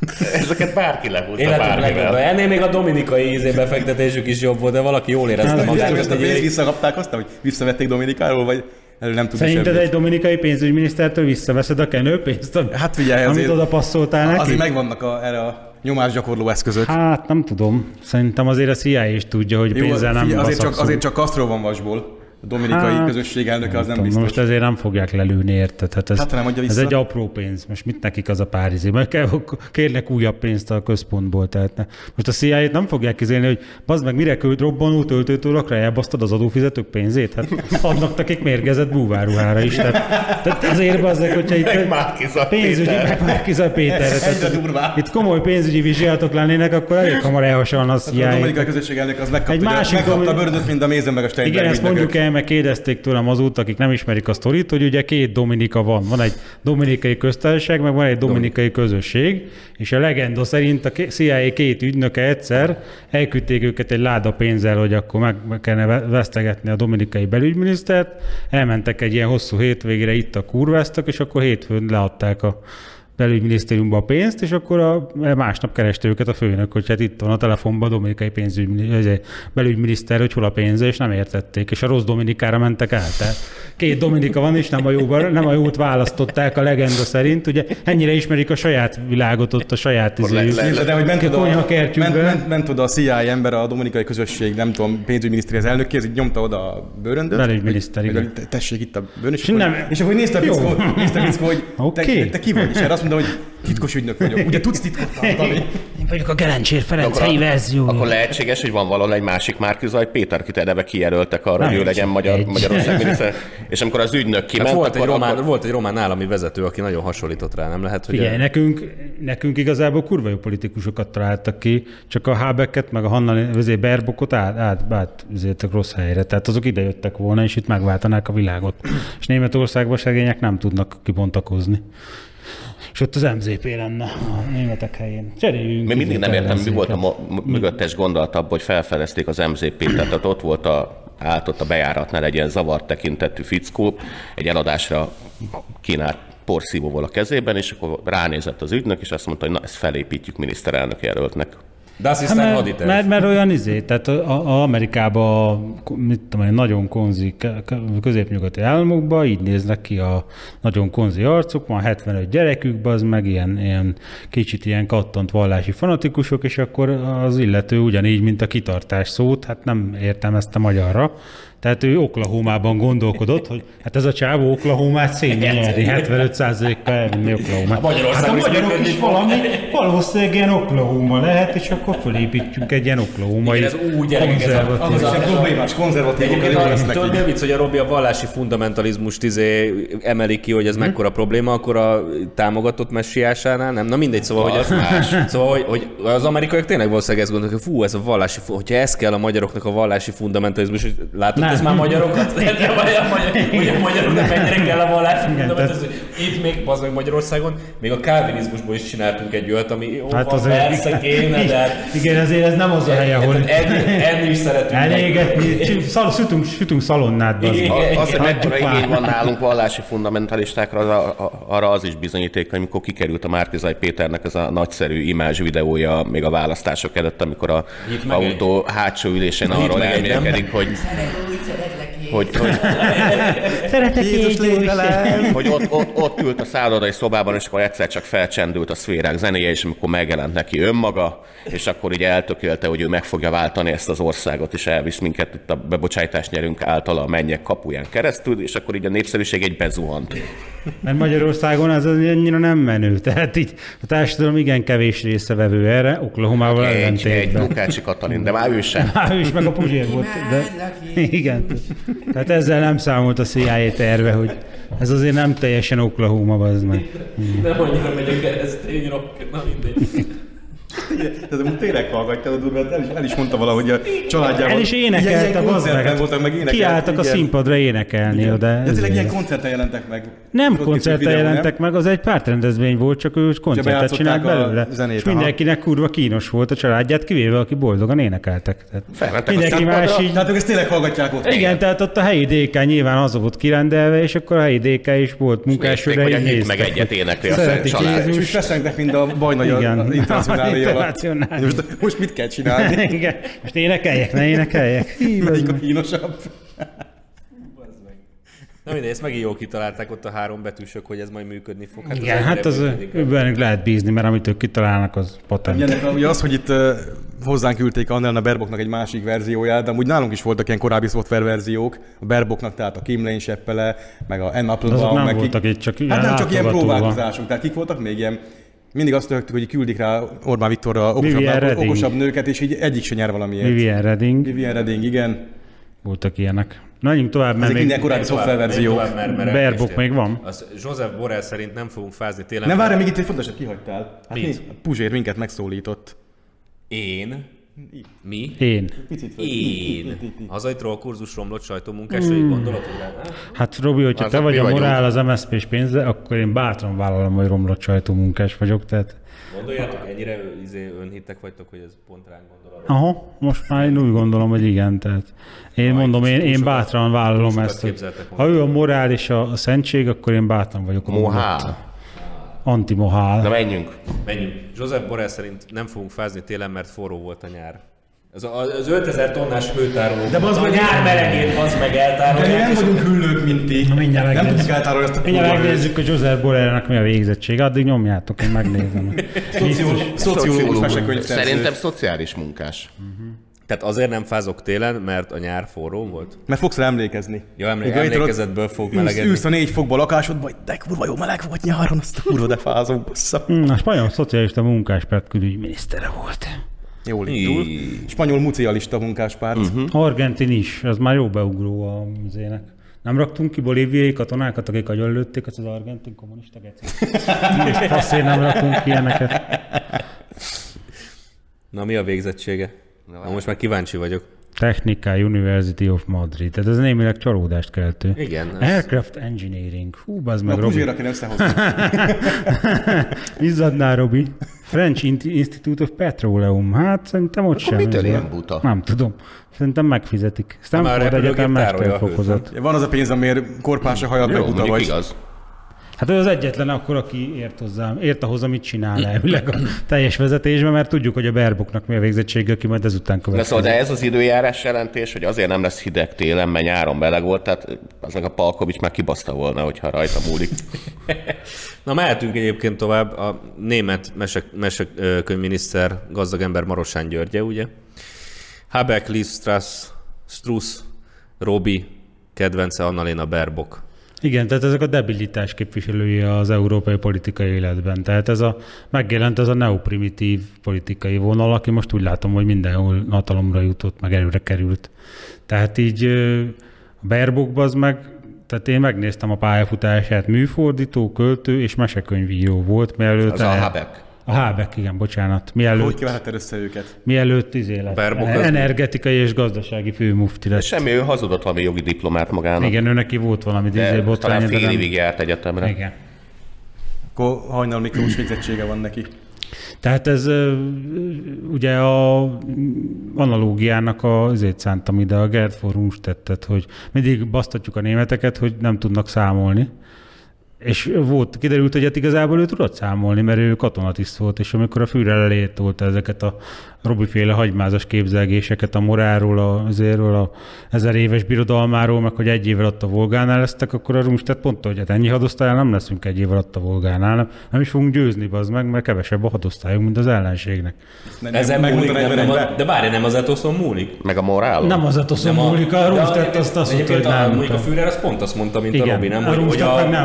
Ezeket bárki lehúzta bármivel. Ennél még a dominikai befektetésük is jobb volt, de valaki jól érezte magát. Ezt a pénzt visszakapták aztán, hogy visszavették Dominikáról, vagy erről nem tudni semmit. Szerinted egy dominikai pénzügyminisztertől visszaveszed a kenőpénzt, hát figyelj, amit oda passzoltál neki? Azért megvannak erre a nyomásgyakorló eszközök. Hát nem tudom. Szerintem azért a CIA is tudja, hogy pénzzel nem baszak. Azért csak Castro van vasból. A dominikai közösség elnöke az nem biztos. Most ezért nem fogják lelőni, érted? Hát ez egy apró pénz. Most mit nekik az a Párizsi? Meg kérnek újabb pénzt a központból. Tehát most a CIA-t nem fogják kizélni, hogy bazd meg, mire küld robbanó töltőtólakra, elbasztad az adófizetők pénzét? Hát adnak nekik mérgezett búváruhára is. Tehát ezért bazdek, hogyha itt pénzügyi, meg Márki-Zay Péterre. Itt komoly pénzügyi vizsgálatok lennének, akkor elég hamar elhasalna a CIA. A dominikai közösség elnök az megkapta a bőrödöt, mint a Mézen meg a Steinberg. Meg kérdezték tőlem azóta, akik nem ismerik a sztorit, hogy ugye két Dominika van. Van egy dominikai köztársaság, meg van egy dominikai közösség, és a legenda szerint a CIA két ügynöke egyszer elküldték őket egy láda pénzzel, hogy akkor meg kellene vesztegetni a dominikai belügyminisztert, elmentek egy ilyen hosszú hétvégére, itt a kurváztak, és akkor hétfőn leadták a belügyminisztériumba a pénzt, és akkor másnap kereste őket a főnök, hogy hát itt van a telefonban a dominikai belügyminiszter, hogy hol a pénze, és nem értették, és a rossz Dominikára mentek át. Tehát két Dominika van, és nem a jót választották a legenda szerint. Ugye ennyire ismerik a saját világot ott, a saját de hogy ment oda a CIA ember, a dominikai közösség, nem tudom, pénzügyminisztérium az elnökké, így nyomta oda a bőröndöt. Belügyminiszter, igen. Tessék itt a bőröndöt. És akkor nézte a fickó, hogy te ki vagy, és erre azt mondom, hogy titkos ügynök vagyok. Ugye tudsz titkot tartani? Én vagyok a Gerencsér Ferenc helyi verzió. Akkor lehetséges, hogy van valahol egy másik Márki-Zay Péter, akit eleve kijelöltek arra, hogy ő legyen Magyarország miniszter. És amikor az ügynök kiment, volt egy román állami vezető, aki nagyon hasonlított rá, nem lehet, hogy... Figyelj, nekünk igazából kurva jó politikusokat találtak ki, csak a Habecket, meg a Hanna Baerbockot átüzéltek rossz helyre. Tehát azok ide jöttek volna, és itt megváltanák a világot. És Németországban segények nem tudnak kibontakozni. És ott az MZP lenne a németek helyén. Cseréljünk. Még mindig nem értem, mi volt a mögöttes gondolat abban, hogy felfedezték az MZP-t. Tehát ott volt állt ott a bejáratnál egy ilyen zavart tekintetű fickó, egy eladásra kínált porszívóval a kezében, és akkor ránézett az ügynök, és azt mondta, hogy na, ezt felépítjük miniszterelnök jelöltnek. De azt hiszem haditerv. Mert olyan tehát Amerikában, mit tudom, nagyon konzi középnyugati államokban így néznek ki a nagyon konzi arcok, van 75 gyerekük, az meg ilyen kicsit ilyen kattant vallási fanatikusok, és akkor az illető ugyanígy, mint a kitartás szót, hát nem értelmezte magyarra. Tehát ő Oklahomában gondolkodott, hogy hát ez a csávó Oklahomát szétnyerni, 75%-kal elvinni Oklahomát. Hát a magyarok is valószínűleg ilyen Oklahoma lehet, és akkor fölépítjük egy ilyen oklahomai konzervatív. Tudod, mi vicc, hogy a Robi a vallási fundamentalizmust emeli ki, hogy ez mekkora probléma, akkor a támogatott messiásánál nem? Na mindegy, szóval, hogy az más. Szóval, hogy az amerikaiak tényleg valószínűleg ezt gondolnak, hogy ez a vallási, hogyha ez kell a magyaroknak a vallási fundamentalizmus, hogy látod, ez már magyarokat? Ugye a magyaroknak mennyire kell a vallási fundamentalizmus? Itt még, az meg Magyarországon, még a kálvinizmusból is csináltunk egy olyat, ami jó, hát van, persze kéne, de... Igen, azért ez nem az a hely, ahol... Enni is szeretünk. Elégetni, sütünk szalonnát. Az, hogy mekkora igény van nálunk vallási fundamentalistákra, arra az is bizonyíték, amikor kikerült a Márki-Zay Péternek ez a nagyszerű imázs videója még a választások előtt, amikor a autó hátsó ülésén arról elmélkedik, hogy ott ült a szállodai szobában, és akkor egyszer csak felcsendült a szférák zenéje, és amikor megjelent neki önmaga, és akkor így eltökélte, hogy ő meg fogja váltani ezt az országot, és elvisz minket itt a bebocsájtást nyerünk általa a mennyek kapuján keresztül, és akkor így a népszerűség egy bezuhant. Mert Magyarországon ez annyira nem menő, tehát így a társadalom igen kevés részevevő erre, Oklahomával ellentétben. Egy Lukácsi Katalin, de már ő sem. Ő is meg a Puzsér volt. De... Igen. Tehát ezzel nem számolt a CIA terve, hogy ez azért nem teljesen Oklahoma, az meg. Nem annyira megy a keresztény rock, na mindegy. De tényleg hallgatja a durvát, el is mondta valahogy a családjában. El is énekeltek, kiálltak a színpadra énekelni. De tényleg ilyen koncerten jelentek meg. Nem koncerten jelentek meg, az egy pártrendezvény volt, csak ő koncertet csinált belőle. És mindenkinek kurva kínos volt a családját, kivéve aki boldogan énekeltek. Mindenki más így... Tehát ők ezt tényleg hallgatják ott. Igen, tehát ott a helyi DK nyilván az volt kirendelve, és akkor a helyi DK is volt munkásőre, így néztek. Meg egyet énekli a család. És úgy feszengtek, mint a Bajnai internacionáléval. Most mit kell csinálni? Igen. Most énekeljek, ne énekeljek. Melyik a kínosabb? Na mindegy, ezt megint jól kitalálták ott a 3 betűsök, hogy ez majd működni fog. Igen, hát az bennük lehet bízni, mert amit ők kitalálnak, az patent. Ugye az, hogy itt hozzánk küldték Annelna Baerbocknak egy másik verzióját, de amúgy nálunk is voltak ilyen korábbi szoftververziók, a Baerbocknak, tehát a Kim Lane-Seppele, meg a Anne Applebaum. Azok nem voltak itt, csak hát nem csak ilyen próbálkozások, tehát kik voltak még ilyen. Mindig azt töktük, hogy küldik rá Orbán Viktorra okosabb nőket, és így egyik se nyer valamiért. Vivian Redding, igen. Voltak ilyenek. Menjünk tovább, mert még minden korábbi szoftververzió. Baerbock még van. Joseph Borrell szerint nem fogunk fázni télen. Nem, várj, még itt egy fontosat kihagytál. Hát Puzsér minket megszólított. Én? Mi? Én. Hazai trollkurzus romlott sajtómunkásra, így gondolod, hogy Hát Robi, hogyha te vagy a morál az MSZP-s pénze, akkor én bátran vállalom, hogy romlott sajtómunkás vagyok, tehát... Gondoljátok, ennyire önhittek vagytok, hogy ez pont ránk gondolat? Aha, most már én úgy gondolom, hogy igen, tehát én mondom, én bátran vállalom ezt, hogy ha ő a morál és a szentség, akkor én bátran vagyok a mohál. Antimohál. Na menjünk. Joseph Borrell szerint nem fogunk fázni télen, mert forró volt a nyár. Az 5000 tonnás hőtároló. De az a nyár melegét az meg eltárolják. De nem vagyunk hüllők, mint ti. Nem tudjuk eltárolni ezt a kurva. Megnézzük, hogy Joseph Borrellnek mi a végzettség. Addig nyomjátok, én megnézem. Szociológus mesekönyvszerző. Szerintem szociális munkás. Tehát azért nem fázok télen, mert a nyár forró volt? Mert fogsz rá emlékezni. Ja, emlékezetből fog melegedni. Ülsz a 4 fokba a lakásodban, de kurva jó meleg volt nyáron, azt a kurva, de fázom, bassza. A spanyol szocialista munkáspárt külügyminisztere volt. Jól indul. Spanyol mucialista munkáspárt. Argentin is, az már jó beugró a muzének. Nem raktunk ki bolíviai katonákat, akik agyonlőtték az argentin kommunista gecét? És faszért nem raktunk ki ilyeneket. Na, mi a végzettsége? Na, most már kíváncsi vagyok. Technica University of Madrid. Tehát ez némileg csalódást keltő. Igen. Aircraft Engineering. Hú, bazd meg, Robi. A Puzsér, aki nem összehozni. Izzadnál, Robi. French Institute of Petroleum. Hát szerintem ott sem. Mitől ilyen buta? Nem tudom. Szerintem megfizetik. Stanford Egyetem mesterfokozat. Van az a pénz, amiért korpás a hajad, meg buta vagy. Igaz. Hát ő az egyetlen akkor, aki ért ahhoz, amit csinál elvileg a teljes vezetésben, mert tudjuk, hogy a Baerbocknak mi a végzettsége, aki majd ezután következik. De ez az időjárás jelentés, hogy azért nem lesz hideg télen, mert nyáron meleg volt, tehát az meg a Palkovics már kibaszta volna, hogyha rajta múlik. Na, mehetünk egyébként tovább. A német mesekönyvminiszter, gazdag ember Marosán Györgye, ugye? Habeck, Liz Truss, Robi, kedvence Annalena Baerbock. Igen, tehát ezek a debilitás képviselői az európai politikai életben. Tehát megjelent ez a neoprimitív politikai vonal, aki most úgy látom, hogy mindenhol hatalomra jutott, meg előre került. Tehát így a Baerbockban az meg, tehát én megnéztem a pályafutását, műfordító, költő és mesekönyvíró volt, mielőtt... Az a Habeck. A Habeck, igen, bocsánat. Mielőtt, hogy kivehetted össze őket? Mielőtt energetikai és gazdasági főmufti lett. Semmi, ő hazudott valami jogi diplomát magának. Igen, ő neki volt valami botrány. Talán fél évig járt egyetemre. Igen. Akkor Hajnal Miklós végzettsége van neki. Tehát ez ugye a analógiának azért szántam ide a Gerd von Rundstedtet, hogy mindig basztatjuk a németeket, hogy nem tudnak számolni. És kiderült, hogy igazából ő tudott számolni, mert ő katonatiszt volt, és amikor a Führer elé tolta ezeket a Robi-féle hagymázas képzelgéseket a morálról, a 1000 éves birodalmáról, meg hogy 1 évvel ott a Volgánál lesztek, akkor a Rundstedt mondta, hogy hát ennyi hadosztályal nem leszünk 1 évvel ott a Volgánál, nem is fogunk győzni, bazd meg, mert kevesebb a hadosztályunk, mint az ellenségnek. Ezen múlik, de bárja nem az etoszon múlik? Meg a morálon? Nem az etoszon múlik, a Rundstedt azt mondta, hogy nem. Mondjuk a Führer az pont azt mondta, mint igen, a Robi, nem? A Rundstedt meg nem azt mondta.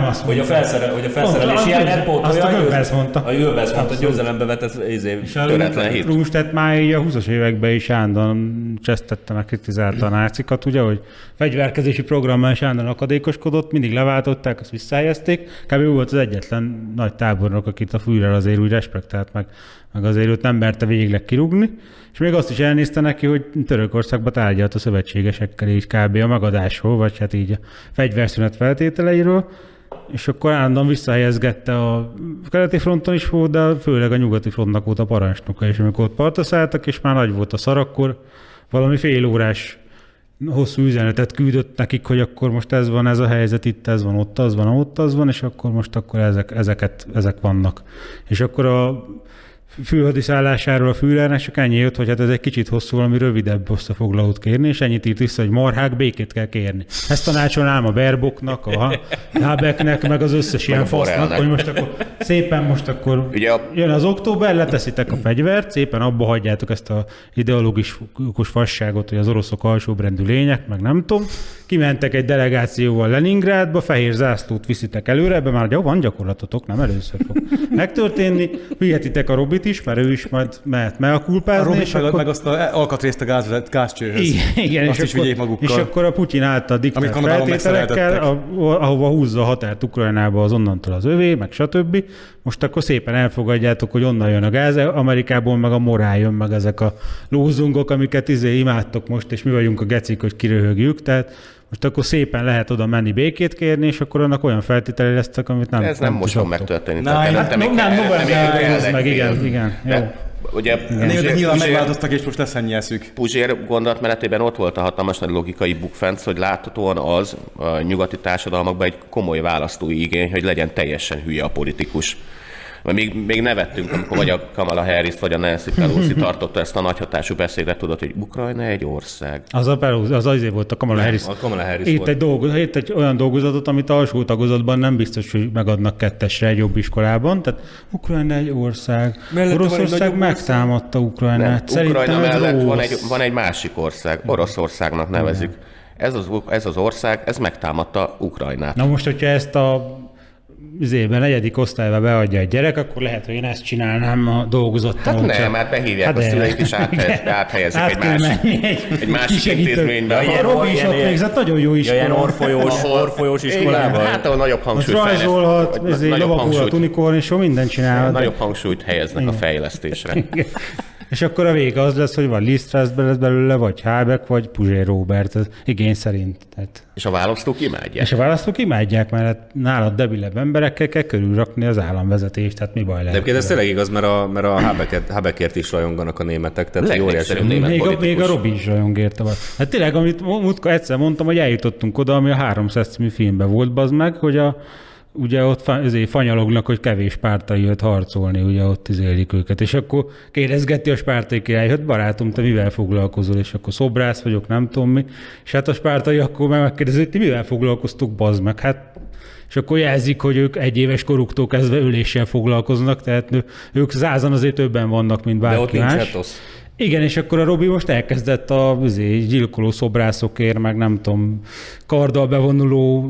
a felszerelés hiány nem pótolja. A Goebbels mondta, győzelembe vetett töretlen hit. Rundstedt már így a 20-as években is állandóan csesztette, meg kritizálta a nácikat, ugye, hogy fegyverkezési programmal is állandóan akadékoskodott, mindig leváltották, azt visszahelyezték. Kb. Ő volt az egyetlen nagy tábornok, akit a Führer azért úgy respektált, meg azért őt nem merte végleg kirúgni. És még azt is elnézte neki, hogy Törökországba tárgyalt a szövetségesekkel így kb. A megadásról, vagy hát így a fegyverszünet feltételeiről. És akkor állandóan visszahelyezgette a keleti fronton is volt, de főleg a nyugati frontnak volt a parancsnoka, és amikor ott partra szálltak, és már nagy volt a szar, akkor valami félórás hosszú üzenetet küldött nekik, hogy akkor most ez van, ez a helyzet, itt ez van, ott az van, és akkor most akkor ezek vannak. És akkor a főhadiszállásáról a Führernek csak ennyi jött, hogy hát ez egy kicsit hosszú, valami rövidebb összefoglalót kérni, és ennyit írt vissza, hogy marhák, békét kell kérni. Ezt tanácsolnám a Baerbocknak, a Habecknek, meg az összes ilyen fasznak, hogy most akkor jön az október, leteszitek a fegyvert, szépen abba hagyjátok ezt a ideológikus fasságot, hogy az oroszok alsóbrendű lények, meg nem tudom. Kimentek egy delegációval Leningrádba, fehér zászlót viszitek előre, ebben már van gyakorlatotok, nem először fog megtörténni. Vihetitek a Robit is, mert ő is majd mehet meakulpázni. A Robit meg azt a alkatrészt a gázcsőhöz. Igen, azt is vigyék magukkal. És akkor a Putyin által diktált feltételekkel, ahova húzza a határt Ukrajnába, az onnantól az övé, meg stb. Most akkor szépen elfogadjátok, hogy onnan jön a gáz, Amerikából meg a morál jön, meg ezek a lózungok, amiket imádtok most, és mi vagyunk a gecik, hogy kiröhögjük. Tehát most akkor szépen lehet oda menni békét kérni, és akkor annak olyan feltételei lesznek, amit nem. Ez nem most fog megtörténni. Igen. Ugye, nyilván megváltoztak, és most lesz ennyi eszük. Puzsér gondolatmenetében ott volt a hatalmas nagy logikai bukfenc, hogy láthatóan az a nyugati társadalmakban egy komoly választói igény, hogy legyen teljesen hülye a politikus. Még nevettünk, amikor vagy a Kamala Harris, vagy a Nancy Pelosi tartotta ezt a nagyhatású beszédet, tudod, hogy Ukrajna egy ország. Az azért volt a Kamala Harris. A Kamala Harris itt egy olyan dolgozatot, amit alsó tagozatban nem biztos, hogy megadnak kettesre egy jobb iskolában. Tehát Ukrajna egy ország. Oroszország megtámadta Ukrajnát. Ukrajna mellett van egy másik ország. Oroszországnak nevezik. Ez az ország, ez megtámadta Ukrajnát. Na most, hogyha ezt a negyedik osztályba beadja egy gyerek, akkor lehet, hogy én ezt csinálnám a dolgozottamon. Hát nem, hát behívják a szüleik, és áthelyezik egy másik intézménybe. A Robi is ott végzett, nagyon jó iskola. Ilyen orfolyós iskolában. Hát ahol nagyobb hangsúlyt rajzolhat, lovagolhat, unikorn, és mindent csinálhat. Nagyobb hangsúlyt helyeznek a fejlesztésre. És akkor a vége az lesz, hogy vagy Liz Truss lesz belőle, vagy Habeck, vagy Puzsér Róbert, az igény szerint. Tehát. És a választók imádják. És a választók imádják, mert hát nálad debilebb emberekkel kell körülrakni az államvezetést, tehát mi baj lehet. De ez tényleg igaz, mert a Habeckért is rajonganak a németek. Tehát még a Robi is rajong érte. Hát tényleg, amit egyszer mondtam, hogy eljutottunk oda, ami a 300 című filmben volt, bazd meg, hogy ugye ott fanyalognak, hogy kevés pártai jött harcolni, ugye ott élik őket. És akkor kérdezgeti a spártai király, hogy barátom, te mivel foglalkozol? És akkor szobrász vagyok, nem tudom mi. És hát a spártai akkor megkérdezi, hogy ti mivel foglalkoztok, bazd meg? Hát, és akkor jelzik, hogy ők egyéves koruktól kezdve öléssel foglalkoznak, tehát ők 100-an azért többen vannak, mint bárki más. Igen, és akkor a Robi most elkezdett a gyilkoló szobrászokért, meg nem tudom, karddal bevonuló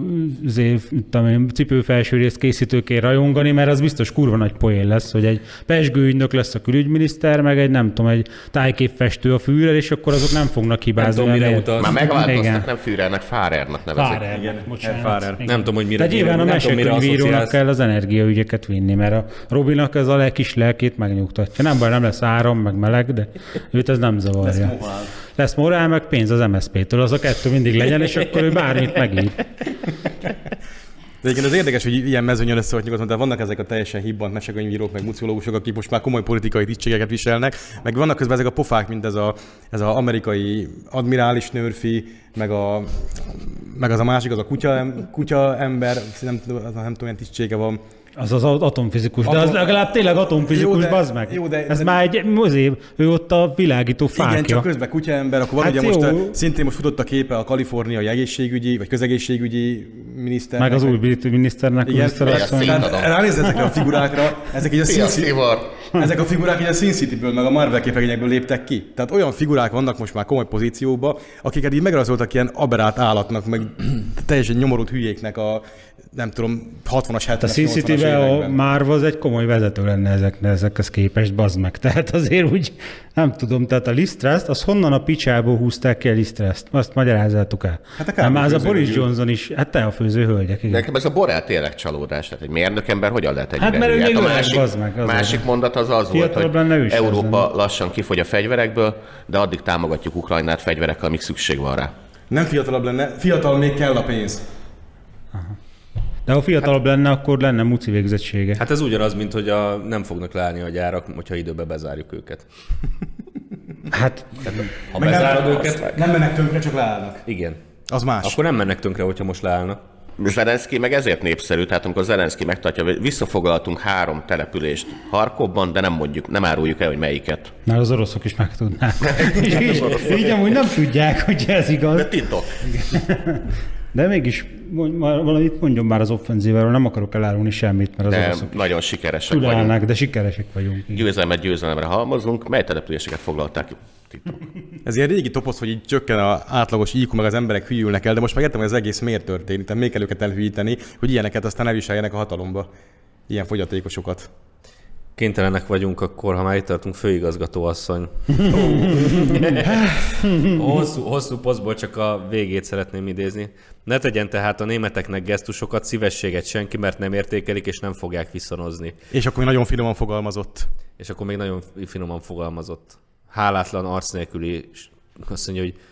cipőfelsőrészt készítőkért rajongani, mert az biztos kurva nagy poén lesz, hogy egy pezsgőügynök lesz a külügyminiszter, meg egy nem tudom, egy tájképfestő a Führer, és akkor azok nem fognak hibázni. Már megváltoztak, nem Führernek, Fárernek nevezik. Fárer. Nem tudom, hogy mire. Tehát nyilván a mesekönyvírónak kell az energiaügyeket vinni, mert a Robinak ez a kis lelkét megnyugtatja. Nem baj, nem lesz áram, meg meleg, de őt ez nem zavarja. Lesz morál, meg pénz az MSZP-től, az a kettő mindig legyen, és akkor ő bármit megír. De egyébként az érdekes, hogy ilyen mezőnyön összeholt nyugaton, tehát vannak ezek a teljesen hibbant mesekönyvírók, meg muciológusok, akik most már komoly politikai tisztségeket viselnek, meg vannak közben ezek a pofák, mint ez az amerikai admirális nőrfi, meg az a másik, az a kutya ember, nem tudom, milyen tisztsége van. Az atomfizikus, de az legalább tényleg atomfizikus, bazd meg. Ez már ő ott a világító fákja. Igen, csak közben kutyaember, akkor van ugye most szintén most futott a képe a kaliforniai egészségügyi, vagy közegészségügyi miniszternek. Meg az új brit miniszternek. Igen, ránézz ezekre a figurákra, ezek így a Ezek a figurák így a Sin Cityből, meg a Marvel képregényekből léptek ki. Tehát olyan figurák vannak most már komoly pozícióba, akiket így megrajzoltak ilyen aberált állatnak, meg teljesen nyomorult hülyéknek a nem tudom, 60-as, 70-es, a Sin City-ben a Marvel az egy komoly vezető lenne ezekhez képest, bazd meg. Tehát azért úgy, nem tudom, tehát a Liz Truss, az honnan a picsából húzták ki a Liz Truss-t? Azt magyarázzátok el. Hát már az a Boris Johnson is, hát te a főző hölgyek. Igen. Nekem ez a Borrell tényleg csalódás, tehát egy mérnökember hogyan lehet ennyire? Hát mert ő még másik mondat az volt, hogy Európa lassan kifogy a fegyverekből, de addig támogatjuk Ukrajnát fegyverekkel, amíg szükség van rá. Nem fiatalabb lenne, fiatal még kell a pénz. Aha. De ha fiatalabb lenne, akkor lenne muci végzettsége. Hát ez ugyanaz, mint hogy nem fognak leállni a gyárak, hogyha időben bezárjuk őket. Hát, ha bezárod őket... Nem mennek tönkre, csak leállnak. Igen. Az más. Akkor nem mennek tönkre, hogyha most leállnak. Zelenszky meg ezért népszerű, tehát amikor Zelenszky megtartja, visszafoglaltunk 3 települést Harkovban, de nem mondjuk, nem áruljuk el, hogy melyiket. Mert az oroszok is megtudnák. Így amúgy nem tudják, hogy ez igaz. De titok. De mégis valamit mondjon már az offenzíváról, nem akarok elárulni semmit, mert az oroszok nagyon sikeresek vagyunk. De sikeresek vagyunk. Győzelemre halmozunk, mely településeket foglalták ki? Ez ilyen régi toposz, hogy így csökken az átlagos IQ, meg az emberek hülyülnek el, de most megértem, hogy ez egész miért történik, tehát még kell őket elhülyíteni, hogy ilyeneket aztán elviseljenek a hatalomba. Ilyen fogyatékosokat. Kénytelenek vagyunk akkor, ha már itt tartunk, főigazgatóasszony. hosszú posztból csak a végét szeretném idézni. Ne tegyen tehát a németeknek gesztusokat, szívességet senki, mert nem értékelik és nem fogják viszonozni. És akkor még nagyon finoman fogalmazott. Hálátlan, arc nélküli, azt mondja, hogy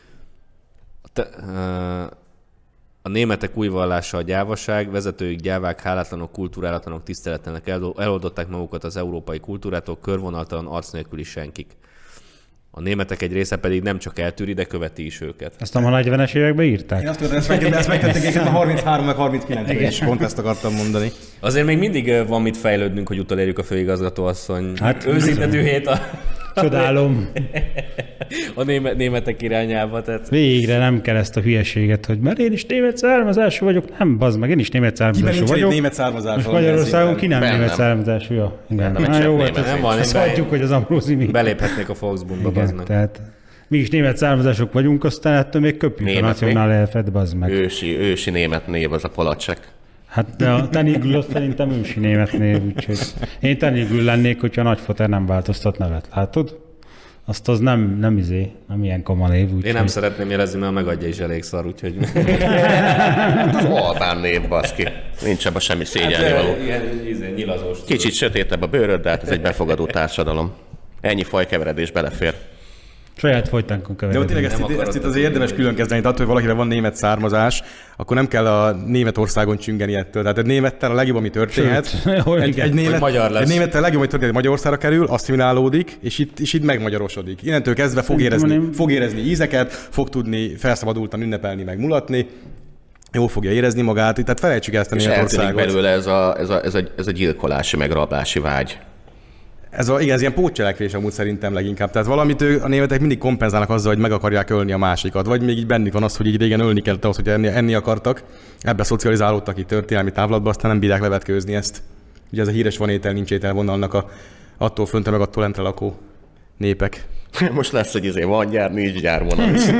a németek új vallása a gyávaság, vezetőik gyávák, hálátlanok, kultúrálatlanok, tiszteletlenek, eloldották magukat az európai kultúrától, körvonaltalan, arc nélküli senkik. A németek egy része pedig nem csak eltűri, de követi is őket. Ezt a 40-es években írták? Én azt tudom, ezt megtették a 33 meg 39-ben is, pont ezt akartam mondani. Azért még mindig van mit fejlődnünk, hogy utolérjük a főigazgatóasszony őszinte dühét Csodálom. A németek irányába. Tehát... Végre nem kell ezt a hülyeséget, hogy mert én is német származású vagyok. Nem, bazd meg, én is német származású vagyok. Német származású. Most Magyarországon ki nem német származású? Ja. Igen. Jó, ezt hagyjuk, hogy az Ambrózi mi. Beléphetnék a Volksbundba, bazd meg. Tehát mi is német származások vagyunk, aztán ettől még köpjük a nacionál elfet, bazd meg. Ősi német név az a Polacsek. Hát de a Tenigül azt szerintem ősi német név, úgyhogy én Tenigül lennék, hogyha Nagyfoter nem változtat nevet. Látod? Azt az nem ilyen koma név. Én nem szeretném jelezni, mert a megadja is elég szar, úgyhogy... Az albán név, baszki. Nincs ebben semmi szégyelni való. Ilyen nyilazós. Kicsit sötétebb a bőröd, de hát ez egy befogadó társadalom. Ennyi fajkeveredés belefér. Saját folytánkon keveredni. De tényleg ezt itt azért érdemes külön kezdeni, tehát hogy valakivel van német származás, akkor nem kell a Németországon csüngeni ettől. Tehát egy némettel a legjobb, ami történhet. Egy némettel a legjobb, ami történhet, Magyarországra kerül, asszimilálódik, és itt megmagyarosodik. Innentől kezdve fog érezni ízeket, fog tudni felszabadultan ünnepelni, meg mulatni. Jól fogja érezni magát, tehát felejtsük ezt a Németországot. És belőle ez a gyilkolási, meg rablási vágy. Ez ilyen pótcselekvés amúgy szerintem leginkább. Tehát valamit a németek mindig kompenzálnak azzal, hogy meg akarják ölni a másikat. Vagy még így bennük van az, hogy így régen ölni kellett ahhoz, hogy enni akartak. Ebbe szocializálódtak itt történelmi távlatba, aztán nem bírják levetkőzni ezt. Ugye ez a híres van étel, nincs étel vonalnak attól föntre, meg attól lentre lakó népek. Most lesz, hogy van gyár, nincs gyárvonal is.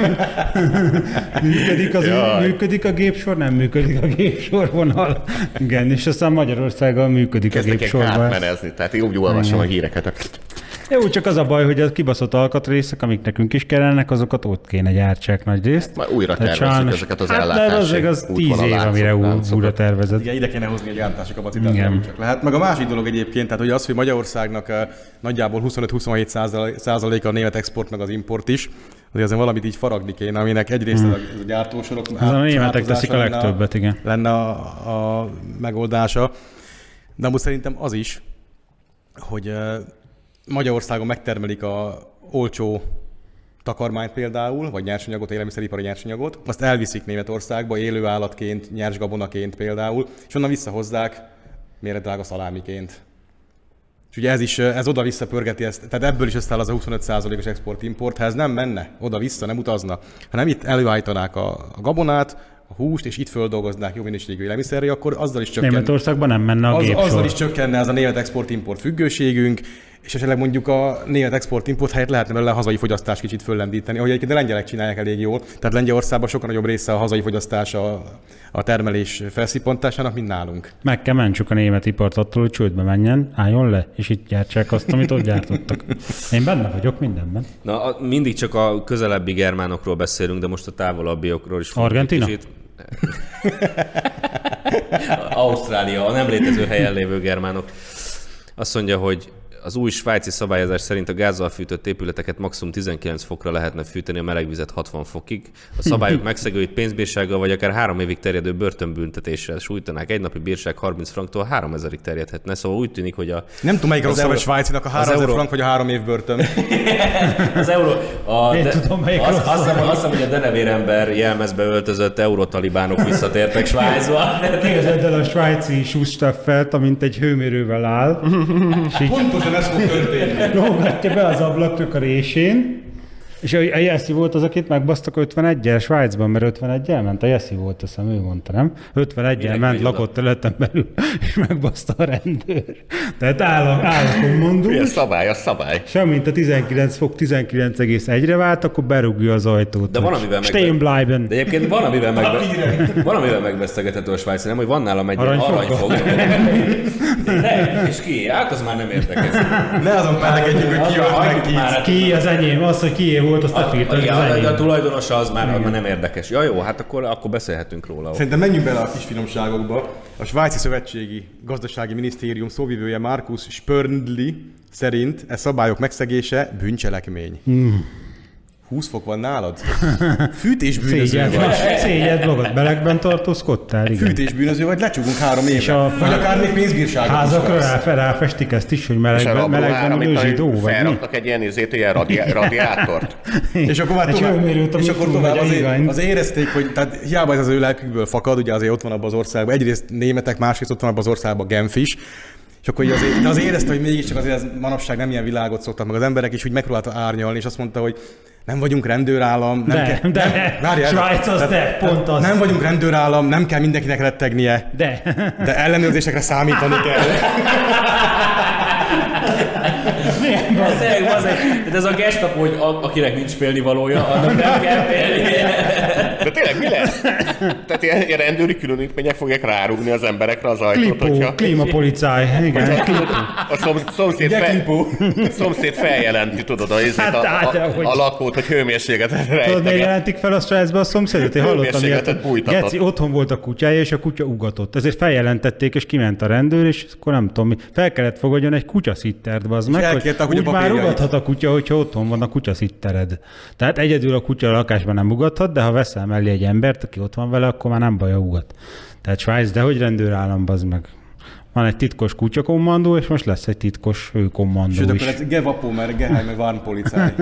Működik a gépsor, nem működik a gépsorvonal. Igen, és aztán Magyarországon működik a gépsor. Kezdek átmenezni, tehát úgy olvasom a híreket. Jó, csak az a baj, hogy a kibaszott alkatrészek, amik nekünk is kellenek, azokat ott kéne gyártsák nagy részt. Majd újra tervezzük ezeket az ellátási de az 10 év, amire újra tervezed. Igen, ide kéne hozni a gyártási kapacitást, csak lehet. Meg a másik dolog egyébként, tehát hogy az, hogy Magyarországnak nagyjából 25-27% a német export, meg az import is, azért valamit így faragni kéne, aminek egyrészt a gyártósorok... A németek teszik a legtöbbet, igen. Lenne a megoldása. De amúgy szerintem az is, hogy Magyarországon megtermelik a olcsó takarmányt például, vagy nyersanyagot, élelmiszeripari nyersanyagot, azt elviszik Németországba élő állatként, nyers gabonaként például, és onnan visszahozzák méretdrága szalámiként. És ugye ez oda-vissza pörgeti ezt, tehát ebből is összeáll az a 25%-os export-import, ha ez nem menne oda-vissza, nem utazna, hanem itt előállítanák a gabonát, a húst, és itt földolgoznák jó minőségű élelmiszerre, akkor azzal is csökkenne. Németországban nem menne a gépsor. Azzal is csökkenne ez a német export-import függőségünk, és esetleg mondjuk a német export-import helyett lehetne belőle a hazai fogyasztást kicsit föllendíteni, ahogy egyébként a lengyelek csinálják elég jól. Tehát Lengyelországban sokkal nagyobb része a hazai fogyasztás a termelés felszippantásának, mint nálunk. Meg kell mentsük a német ipart attól, hogy csődbe menjen, álljon le, és itt gyártsák azt, amit ott gyártottak. Én benne vagyok mindenben. Na, mindig csak a közelebbi germánokról beszélünk, de most a távolabbiakról is. Argentina? Ausztrália, a nem létező helyen lévő germánok. Azt mondja, hogy az új svájci szabályozás szerint a gázzal fűtött épületeket maximum 19 fokra lehetne fűteni, a melegvizet 60 fokig. A szabályok megszegőit pénzbírsággal vagy akár 3 évig terjedő börtönbüntetéssel sújtanák. Egy napi bírság 30 franktól 3000-ig terjedhetne. Szóval úgy tűnik, hogy nem tudom, melyik rosszabb a svájcinak, a 3000 frank vagy a 3 év börtön. Az euró... tudom, melyik azt hiszem, hogy a denevérember jelmezbe öltözött eurotalibánok visszatértek Svájcba. Képzeld el a svájci Schussstaffelt, amint egy hőmérővel áll. Pontosan ez fog történni. Lógatja be az ablaknak a résén, és a Jeszi volt az, akit megbasztak 51-el Svájcban, mert 51-el ment. A Jeszi volt, azt hiszem, ő mondta, nem? 51-el ment lakott területen belül, és megbaszta a rendőr. Tehát áll a kommandó. A szabály, a szabály. És amint a 19 fok 19,1-re vált, akkor berúgja az ajtót. De van, amivel Stehen. De egyébként van, amivel megbeszélgethető a Svájci, nem? Hogy van nálam egy aranyfog. És ki? Hát az már nem érdekes. Ne azon pelekedjünk, hogy ki van ki az enyém, az, hogy kié volt, azt a firtad, az enyém. A tulajdonosa az már nem érdekes. Ja jó, hát akkor beszélhetünk róla. Szerintem menjünk bele a kis finomságokba. A Svájci Szövetségi Gazdasági Minisztérium szóvivője Markus Spörndli szerint e szabályok megszegése bűncselekmény. 20 fok van nálad? Fűtésbűnöző vagy. Szégyed magad, belegben tartózkodtál, igen. Fűtésbűnöző vagy, lecsukunk 3 évre. Vagy akár még pénzbírságot. Házakra ráfestik ezt is, hogy melegben ülő zsidó vagy mi? Felraknak egy ilyen ilyen radiátort. És akkor már tovább azért érezték, hogy tehát hiába ez az ő lelkükből fakad, ugye azért ott van abban az országban, egyrészt németek, másrészt ott van abban az országban Genf is, és akkor az érezte, hogy mégiscsak azért ez manapság nem ilyen világot szoktak meg az emberek, és úgy megpróbálta árnyalni, és azt mondta, hogy nem vagyunk rendőrállam, Svájc az de, pont az. Nem vagyunk rendőrállam, nem kell mindenkinek rettegnie, de ellenőrzésekre számítani kell. Ez a gestapo, hogy akinek nincs félnivalója, annak nem kell félnie. De tényleg mi lesz? Tehát ilyen rendőri különítmények fogják rárugni az emberekre az ajtót, hogyha... Klímapolicáj, igen. A szomszéd feljelenti, tudod, a lakót, hogy hőmérsékletet rejteget. Tudod, miért jelentik fel a Svájcba a szomszédot? Én hallottam, hogy Geci otthon volt a kutyája, és a kutya ugatott. Ezért feljelentették, és kiment a rendőr, és akkor nem tudom, fel kellett fogadjon egy kutyaszittert, bazd meg, hogy úgy már ugathat a kutya, hogyha otthon van a kutyaszittered. Tehát egyedül a kutya a lakásban nem ugathat, de ha veszel mellé egy embert, aki ott van vele, akkor már nem baj, ugat. Tehát Svájc, de hogy rendőrállam, bazd meg. Van egy titkos kutyakommandó, és most lesz egy titkos hőkommandó is. Sőt, akkor ez Gevapo, mert Geheime Warnpolizei.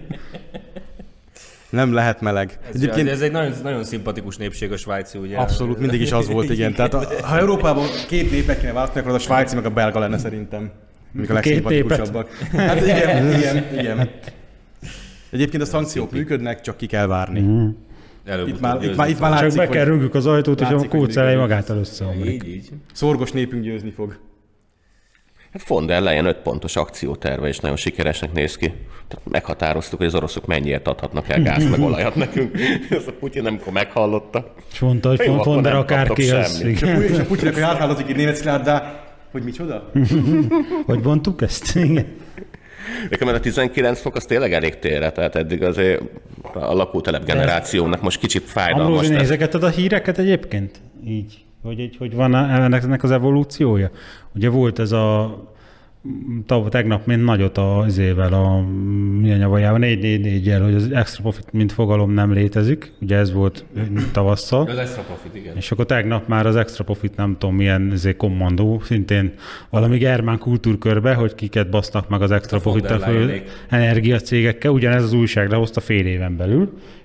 Nem lehet meleg. Ez egy nagyon, nagyon szimpatikus népség a svájci, ugye? Abszolút, mindig is az volt, igen. Tehát ha Európában 2 népet kéne választani, akkor az a svájci meg a belga lenne szerintem. Még a legszimpatikusabbak. Hát igen. Egyébként a szankciók működnek, csak ki kell várni. Itt már látszik, csak be kell rúgjuk az ajtót, és a kócelej magától összeomlik. Így. Szorgos népünk győzni fog. Hát von der Leyen 5 pontos akcióterve, és nagyon sikeresnek néz ki. Tehát meghatároztuk, hogy az oroszok mennyiért adhatnak el gáz meg olajat nekünk. Ez a Putyin amikor meghallotta. És mondta, hogy von der akárki az. És a Putyinak, hogy átvállazik egy német szilárddá, hogy micsoda? Hogy bontuk ezt? Igen. Nekem a 19 fok az tényleg elég térre, tehát eddig azért a lakótelep generációnak most kicsit fájdalmas. Amrózsi, nézegetted a híreket egyébként? Így, hogy van ennek az evolúciója? Ugye volt ez a tegnap mint nagyot az évvel a milyen javajában 444-jel, hogy az extra profit mint fogalom nem létezik. Ugye ez volt tavasszal. Az extra profit, igen. És akkor tegnap már az extra profit nem tudom milyen kommandó, szintén valami germán kultúrkörbe, hogy kiket basznak meg az extra profit energiacégekkel. Ugyanez az újság lehozta fél éven belül,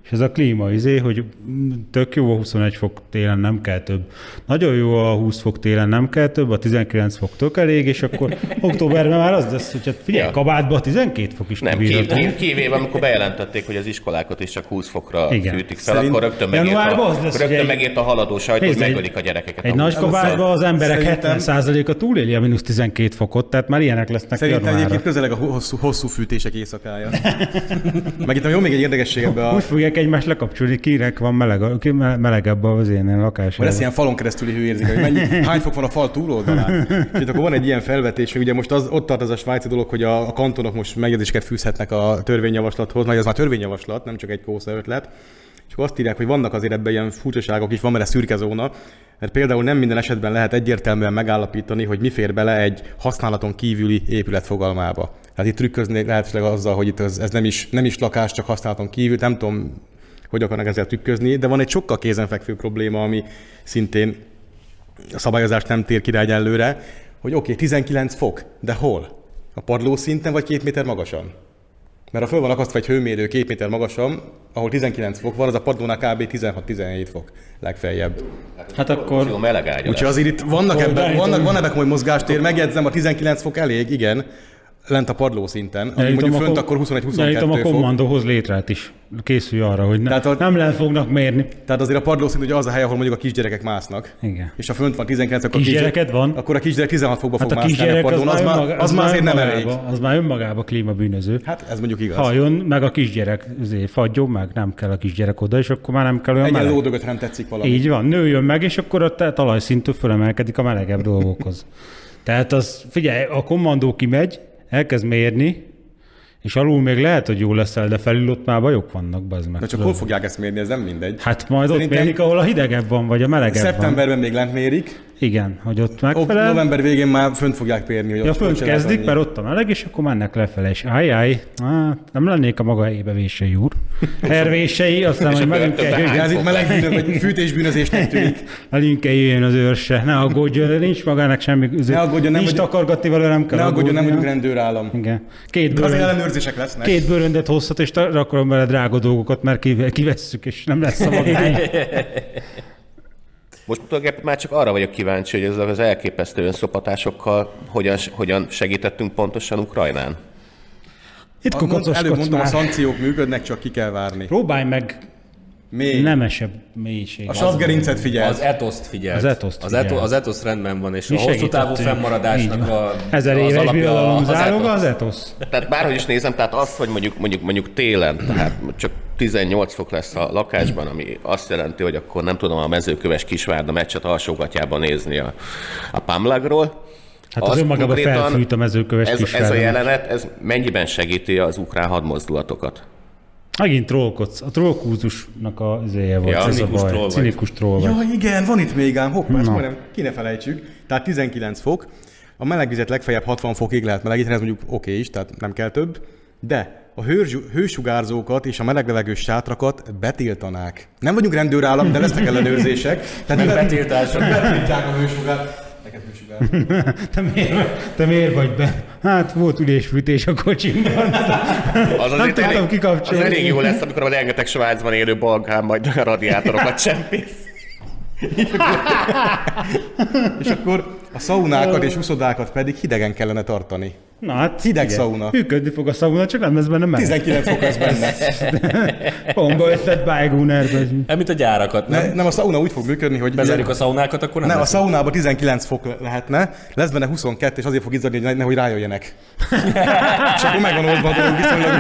És ez a klíma hogy tök jó a 21 fok télen, nem kell több. Nagyon jó a 20 fok télen, nem kell több, a 19 fok tök elég, és akkor októberben már az lesz, hogy figyelj, kabátban 12 fok is nem kivéve, amikor bejelentették, hogy az iskolákat is csak 20 fokra fűtik fel, akkor rögtön megírt a haladó sajtó, hogy megölik a gyerekeket. Egy nagy kabátban az emberek 70%-a túléli a -12 fokot, tehát már ilyenek lesznek januárra. Szerintem egyébként közeleg a hosszú fűtések éjszakája. Meg itt jó még egy érdekesség ebbe a... Úgy fogják egymást lekapcsolni, kinek van melegebb az én lakásában. Lesz ilyen falon keresztüli hőérzéke, hogy hány fok van a fal túloldalán. És akkor van egy ilyen felvetés, hogy ugye most ott tart az a svájci dolog, hogy a kantonok most megjegyzéseket fűzhetnek a törvényjavaslathoz, majd az már törvényjavaslat, nem csak egy kósza ötlet. És akkor azt írják, hogy vannak azért ebben ilyen furcsaságok is, van vele szürke zóna, mert például nem minden esetben lehet egyértelműen megállapítani, hogy mi fér bele egy használaton kívüli épület fogalmába. Tehát itt trükközni lehetőleg azzal, hogy itt ez nem is lakás, csak használaton kívül, nem tudom, hogy akarnak ezzel trükközni, de van egy sokkal kézenfekvő probléma, ami szintén a szabályozást nem tér ki rá egyelőre, hogy oké, 19 fok, de hol? A padlószinten vagy 2 méter magasan? Mert ha föl van akasztva egy hőmérő 2 méter magasan, ahol 19 fok van, az a padlónál kb. 16-17 fok legfeljebb. Hát akkor... Jó meleg ágyalás. Úgyhogy azért itt van ebben komoly mozgástér, megjegyzem, a 19 fok elég, igen, lent a padlószinten, ami mondjuk fönt akkor 21-22 fok. A kommandóhoz létrát is készülj arra, hogy nem lehet fognak mérni. Tehát azért a padlószint ugye az a hely, ahol mondjuk a kisgyerekek másznak. Igen. És ha fönt van 19, akkor a kisgyerek 16 fokba fog mászni a padlón. Az már azért nem elég. Az már önmagában klímabűnöző. Hát ez mondjuk igaz. Halljon meg a kisgyerek, fagyjon meg, nem kell a kisgyerek oda, és akkor már nem kell olyan meleg. Egy lódögöt nem tetszik valami. Így van, nőjön meg, és akkor a talajszintől fölemelkedik a melegebb dolgokhoz. Tehát az, figyelj, a kommandó kimegy, elkezd mérni, és alul még lehet, hogy jó leszel, de felül ott már bajok vannak, bazd meg. De csak hol fogják ezt mérni, ez nem mindegy. Hát majd szerintem ott mérik, ahol a hidegebb van, vagy a melegebb szeptemberben még lent mérik. Igen, hogy ott megfelel. November végén már fönt fogják mérni. Hogy fönt kezdik, mert ott a meleg, és akkor mennek lefele, és nem lennék a maga helyébe Vései úr. Hervései, aztán majd melünk kell jöjjön. Ez itt meleg vagy fűtésbűnözésnek tűnik. Melünk kell jöjjön az őrse. Ne aggódjon, nincs magának semmi nincs takargatni való, nem kell aggódjon. Nem vagyunk rendőrállam. Igen. Ellenőrzések lesznek. 2 bőröndet hozhat, és rakom vele drága dolgokat, mert kivesszük, és nem lesz a magány. Most tulajdonképpen már csak arra vagyok kíváncsi, hogy ezzel az elképesztő önszopatásokkal hogyan segítettünk pontosan Ukrajnán. Előbb mondom, a szankciók működnek, csak ki kell várni. Próbálj meg nemesebb mélység. A savgerincet figyel. Az etoszt figyel. Az etosz rendben van, és a hosszú távú fennmaradásnak a 1000 éves birodalom záloga az etosz. Tehát bárhogy is nézem, tehát az, hogy mondjuk télen, tehát csak 18 fok lesz a lakásban, ami azt jelenti, hogy akkor nem tudom a Mezőköves Kisvárda meccset alsógatjában nézni a Pamlagról. Hát az önmagában felfűt a Mezőköves Kisvárda. Ez a jelenet, ez mennyiben segíti az ukrán hadmozdulatokat? Megint trollkodsz. A trollkúzusnak az éje volt. Ja, ez a baj. Cinikus troll vagy. Ja, igen, van itt még ám. Hoppá, ezt majdnem ki ne felejtsük. Tehát 19 fok. A melegvizet legfeljebb 60 fokig lehet melegíteni, ez mondjuk oké is, tehát nem kell több. De a hősugárzókat és a meleglevegős sátrakat betiltanák. Nem vagyunk rendőrállam, de lesznek ellenőrzések. Tehát betiltások. Betiltják a hősugár. Te miért vagy be? Hát volt ülésfűtés a kocsimban. Nem tudtam kikapcsolni. Az elég jó lesz, amikor a rengeteg Svájcban élő balgán majd a radiátorokat csempész. És akkor a szaunákat és uszodákat pedig hidegen kellene tartani. Na hát hideg szauna. Működni fog a szauna, csak nem lesz benne meleg. 19 fok lesz benne. Bomba ötlet Bájgúnerbe. Mint a gyárakat, nem? Nem, a szauna úgy fog működni, hogy... Bezárjuk a szaunákat, akkor nem. Nem, a szaunában 19 fok lehetne, lesz benne 22, és azért fog izzadni, hogy nehogy rájöjjenek. És akkor megvan oldva a dolog viszonylag.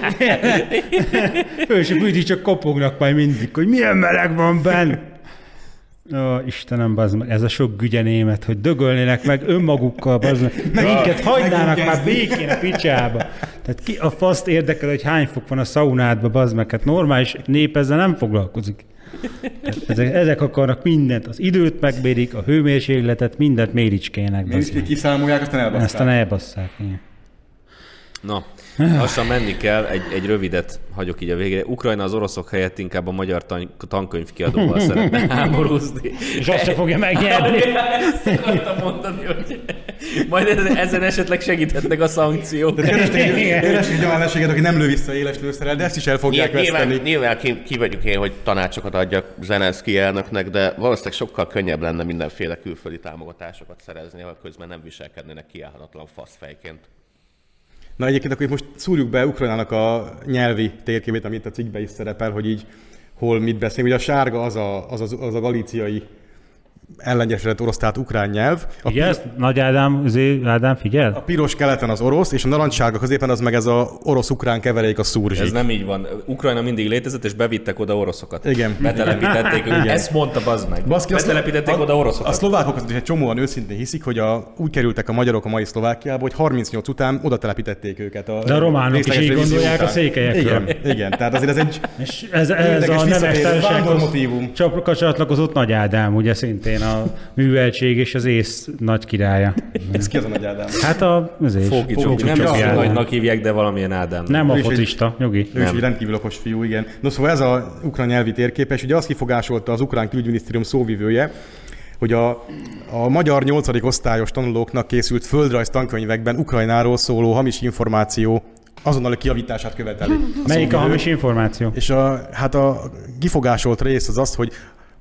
Ősi bűti csak kopognak majd mindig, hogy milyen meleg van benn. Ó, Istenem, bazd meg, ez a sok gügyenémet, hogy dögölnének meg önmagukkal, bazd meg minket hagynának már békén a picsába. Tehát ki a faszt érdekel, hogy hány fok van a szaunádban, bazd meg, hát normális nép ezzel nem foglalkozik. Ezek akarnak mindent, az időt megmérik, a hőmérsékletet, mindent méricskének. Kiszámolják, aztán elbasszák. Aztán elbasszák, igen. Na, lassan menni kell, egy rövidet hagyok így a végére. Ukrajna az oroszok helyett inkább a magyar tankönyvkiadóval szeretne háborúzni. És azt se fogja megnyerni. Ezt akartam mondani, hogy majd ezen esetleg segíthetnek a szankciók. De keresni egy ellenséget, aki nem lő vissza éles lőszerrel, de ezt is el fogják veszteni. Nyilván ki vagyok én, hogy tanácsokat adjak Zelenszky elnöknek, de valószínűleg sokkal könnyebb lenne mindenféle külföldi támogatásokat szerezni, ha közben nem viselkednének kiállhatatlan faszfejként. Na egyébként akkor most szúrjuk be Ukrajnának a nyelvi térképét, amit a cikkben is szerepel, hogy így hol mit beszélünk. Ugye a sárga az a galíciai ellengyesedett orosz, tehát ukrán nyelv. Igen, ezt Nagy Ádám figyel? A piros keleten az orosz, és a narancssárga középen az meg ez az orosz-ukrán keverék, a szurzsik. Ez nem így van. Ukrajna mindig létezett, és bevittek oda oroszokat. Igen. Betelepítették őket. Ezt mondta, bazd meg. Betelepítették oda oroszokat. A szlovákok között is egy csomóan őszintén hiszik, hogy úgy kerültek a magyarok a mai Szlovákiába, hogy 38 után oda telepítették őket. De a románok is így gondolják a székelyekről. Igen. Tehát azért ez egy és ez a nemestársághoz csatlakozott Nagy Ádám, ugye szintén a műveltség és az ész nagy királya. Ez ki az a Nagy Ádám? Hát Fóki nem Ádám. Nagynak hívják, de valamilyen Ádám. Nem a focista, nyugi. Ő is egy rendkívül okos fiú, igen. No, szóval ez az ukrán nyelvi térképes, ugye azt kifogásolta az ukrán külügyminisztérium szóvivője, hogy a magyar 8. osztályos tanulóknak készült földrajz tankönyvekben Ukrajnáról szóló hamis információ azonnal a kijavítását követeli. Melyik a hamis információ? És a kifogásolt rész az, hogy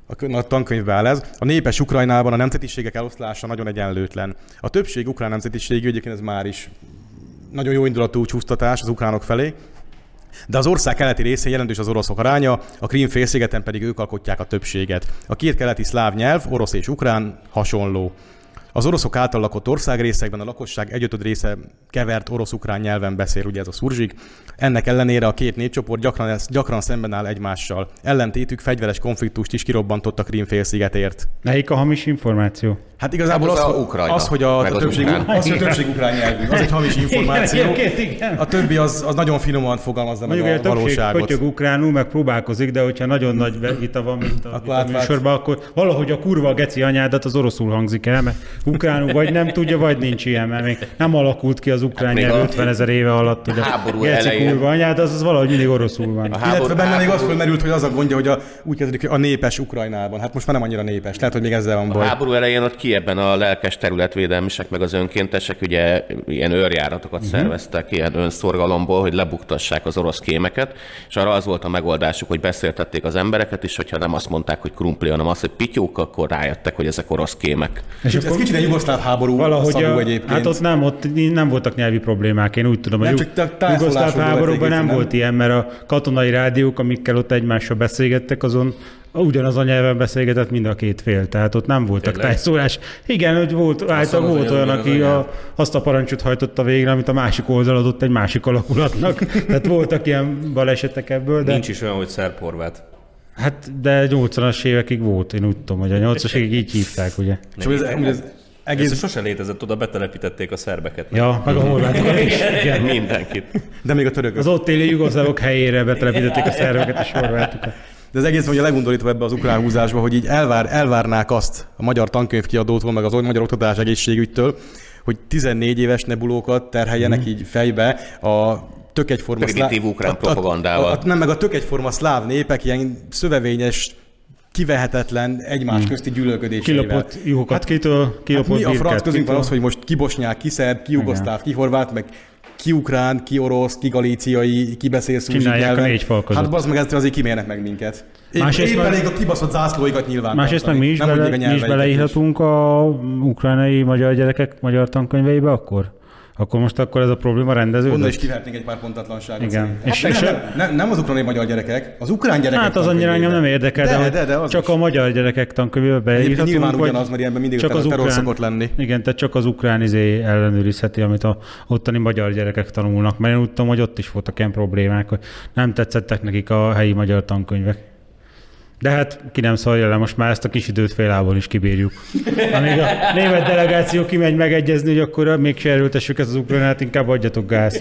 a tankönyvben áll ez. A népes Ukrajnában a nemzetiségek eloszlása nagyon egyenlőtlen. A többség ukrán nemzetiségű, egyébként ez már is nagyon jó indulatú csúsztatás az ukránok felé, de az ország keleti részén jelentős az oroszok aránya, a Krím-félszigeten pedig ők alkotják a többséget. A két keleti szláv nyelv, orosz és ukrán, hasonló. Az oroszok által lakott országrészekben a lakosság egyötöd része kevert orosz-ukrán nyelven beszél, ugye ez a szurzsik. Ennek ellenére a két népcsoport gyakran szemben áll egymással. Ellentétük fegyveres konfliktust is kirobbantott a Krím-félszigetért. Melyik a hamis információ? Hát igazából az, hogy a többség ukrán nyelvű, az egy hamis információ. A többi az nagyon finoman fogalmazza meg a valóságot. Mondjuk ukránul megpróbálkozik, de hogyha nagyon nagy vita van, mint a műsorban, akkor valahogy a kurva geci anyádat az oroszul hangzik el, mert ukránul vagy nem tudja, vagy nincs ilyen, mert még nem alakult ki az ukrán nyelv 50 000 éve alatt, hogy a geci kurva anyád, az valahogy mindig oroszul van. Illetve benne még az felmerült, hogy az a gondja, hogy úgy kezdődik, hogy a népes Ukrajnában. Hát most már nem annyira népes, lehet, hogy még ezzel van baj. A háború elején ott Kijevben a lelkes területvédelmisek meg az önkéntesek ugye ilyen őrjáratokat szerveztek, ilyen önszorgalomból, hogy lebuktassák az orosz kémeket, és arra az volt a megoldásuk, hogy beszéltették az embereket is, hogyha nem azt mondták, hogy krumpli, hanem azt, hogy pityók, akkor rájöttek, hogy ezek orosz kémek. És ez kicsit egy jugoszláv háború szagú egyébként. Hát ott nem voltak nyelvi problémák, én úgy tudom, hogy jugoszláv háborúban nem volt ilyen, mert a katonai rádiók, amikkel ott egymással beszélgettek, azon ugyanaz a nyelven beszélgetett mind a két fél, tehát ott nem voltak tájszólás. Igen, hogy volt olyan, aki azt a parancsot hajtotta végre, amit a másik oldal adott egy másik alakulatnak. Tehát voltak ilyen balesetek ebből. De... Nincs is olyan, hogy szerb-horvát. Hát, de 80-as évekig volt, én úgy tudom, hogy a 80-as évekig így hívták, ugye. Ez sose létezett, oda betelepítették a szerbeket. Ja, meg a horvátokat is. Igen. Mindenkit. De még a törökök. Az ott élő jugoszlávok helyére betelepítették a szerbeket és horvátokat. De az egész, hogy a legundorítóbb ebbe az ukrán húzásba, hogy így elvárnák azt a magyar tankönyvkiadótól, meg az magyar oktatás egészségügytől, hogy 14 éves nebulókat terheljenek így fejbe a tök egyforma primitív ukrán propagandával. Nem, meg a tök egyforma szláv népek ilyen szövevényes, kivehetetlen egymás közti gyűlölködéseivel. Kilopott juhokat, kilopott mi a franc közünk van az, hogy most ki bosnyák, ki szerb, ki jugoszláv, ki horvát, meg ki ukrán, ki orosz, ki galíciai, ki beszél szúzsik nyelven. Csinálják a 4 fal között. Hát bazd meg, ezzel azért kimérnek meg minket. Épp elég a kibaszott zászlóikat nyilván. Másrészt meg mi is beleírhatunk a ukrajnai magyar gyerekek magyar tankönyveibe akkor? Akkor ez a probléma rendeződik? Onnan is kivehetnénk egy pár pontatlanságot. Igen. Nem az ukrajnai magyar gyerekek, az ukrán gyerekek. Hát az annyira engem nem érdekel, de az csak is. A magyar gyerekek tankönyvébe beírhatunk. Nyilván ugyanaz, mert ilyenben mindig a terror szokott lenni. Igen, tehát csak az ukrán ellenőrizheti, amit a ottani magyar gyerekek tanulnak. Mert én úgy tudom, hogy ott is voltak ilyen problémák, hogy nem tetszettek nekik a helyi magyar tankönyvek. De hát ki nem szólja le, most már ezt a kis időt félából is kibírjuk. Amíg a német delegáció kimegy megegyezni, hogy akkor még se erőltessük ezt az Ukrajnát, inkább adjatok gázt.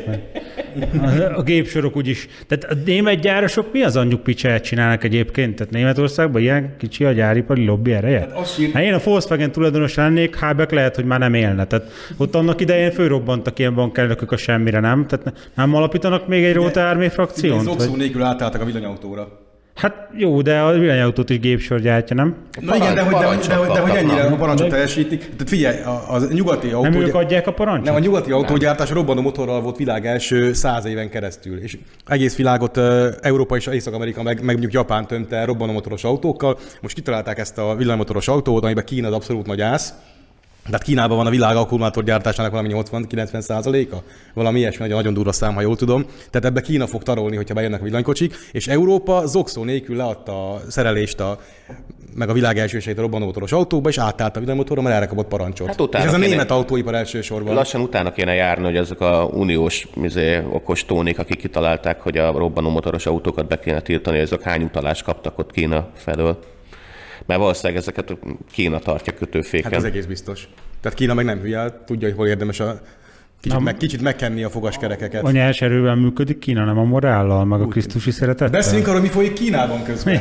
A gépsorok úgyis. Tehát a német gyárosok mi az anyjuk picsáját csinálnak egyébként? Tehát Németországban ilyen kicsi a gyáripari lobby ereje? Hát én a Volkswagen tulajdonos lennék, Habeck lehet, hogy már nem élne. Tehát ott annak idején fölrobbantak ilyen bankelnökök a semmire, nem? Tehát nem alapítanak még egy Róta Ármé frakciót? Zokszó nélkül átálltak a villanyautóra. Hát jó, de a villanyautót is gépsor gyártja, nem? Na igen, de hogy ennyire a parancsot teljesítik. Tehát figyelj, a nyugati autó... Nem ők adják a parancsot? Nem, a nyugati autógyártás robbanó motorral volt világ első 100 éven keresztül. És egész világot Európa és Észak-Amerika, meg mondjuk Japán tömte robbanó motoros autókkal. Most kitalálták ezt a villanymotoros autót, amiben Kína az abszolút nagy ász. Tehát Kínában van a világ akkumulátorgyártásának valami 80-90%-a, valami ilyesmi, nagyon durva szám, ha jól tudom. Tehát ebbe Kína fog tarolni, hogyha bejönnek a villanykocsik, és Európa zokszó nélkül leadta a szerelést meg a világ elsőségét a robbanómotoros autóba, és átállt a villanymotorra, mert erre kapott parancsot. Hát és ez a német autóipar elsősorban. Lassan utána kéne járni, hogy azok a uniós okos tónik, akik kitalálták, hogy a robbanómotoros autókat be kéne tiltani, azok hány utalást kaptak ott Kína felől. Mert valószínűleg ezeket Kína tartja kötőféken. Hát ez egész biztos. Tehát Kína meg nem hülye, tudja, hogy hol érdemes kicsit megkenni a fogaskerekeket. A nyers erővel működik Kína, nem a morállal, meg a krisztusi szeretettel? Beszéljünk arról, mi folyik Kínában közben.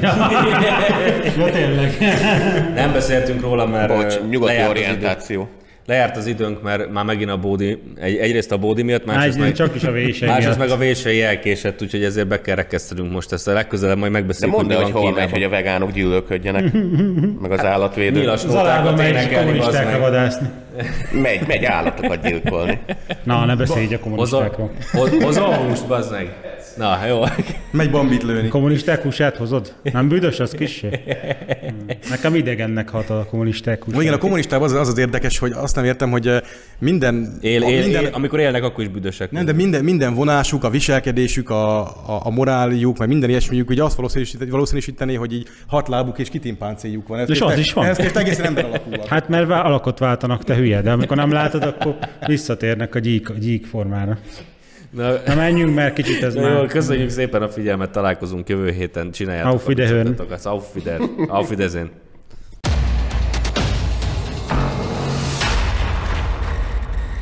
Ja, tényleg. Nem beszéltünk róla, mert nyugati orientáció. Lejárt az időnk, mert már megint a Bódi, egyrészt a Bódi miatt, másrészt meg a vései elkésett, úgyhogy ezért be kell rekesztenünk most ezt. A legközelebb majd megbeszéljük, hogy mi van Kínában. Megy, hogy a vegánok gyűlölködjenek, meg az állatvédők. Nyilas nótákat megy kommunistákra vadászni. Megy állatokat gyilkolni. Na, ne beszélj a kommunistákról. Hozol húst, bazd meg. Na, jó. Megy Bambit lőni. Kommunisták húsát hozod? Nem büdös az kissé? Nekem idegennek hat a kommunisták húsát. Igen, a kommunistában az érdekes, hogy azt nem értem, hogy minden... Amikor élnek, akkor is büdösek. Nem, de minden vonásuk, a viselkedésük, a moráljuk, meg minden ilyesmiük, ugye azt valószínűsíteni, hogy így 6 lábuk és kitimpáncéljuk van. És az is van. Ez egészen ember alakúak. Hát mert alakot váltanak, te hülye, de amikor nem látod, akkor visszatérnek a gyík formára. Na menjünk, mert kicsit ez már... Jó, köszönjük szépen a figyelmet, találkozunk jövő héten, csináljátok. Auf Wiederhören. Auf Wiedersehen.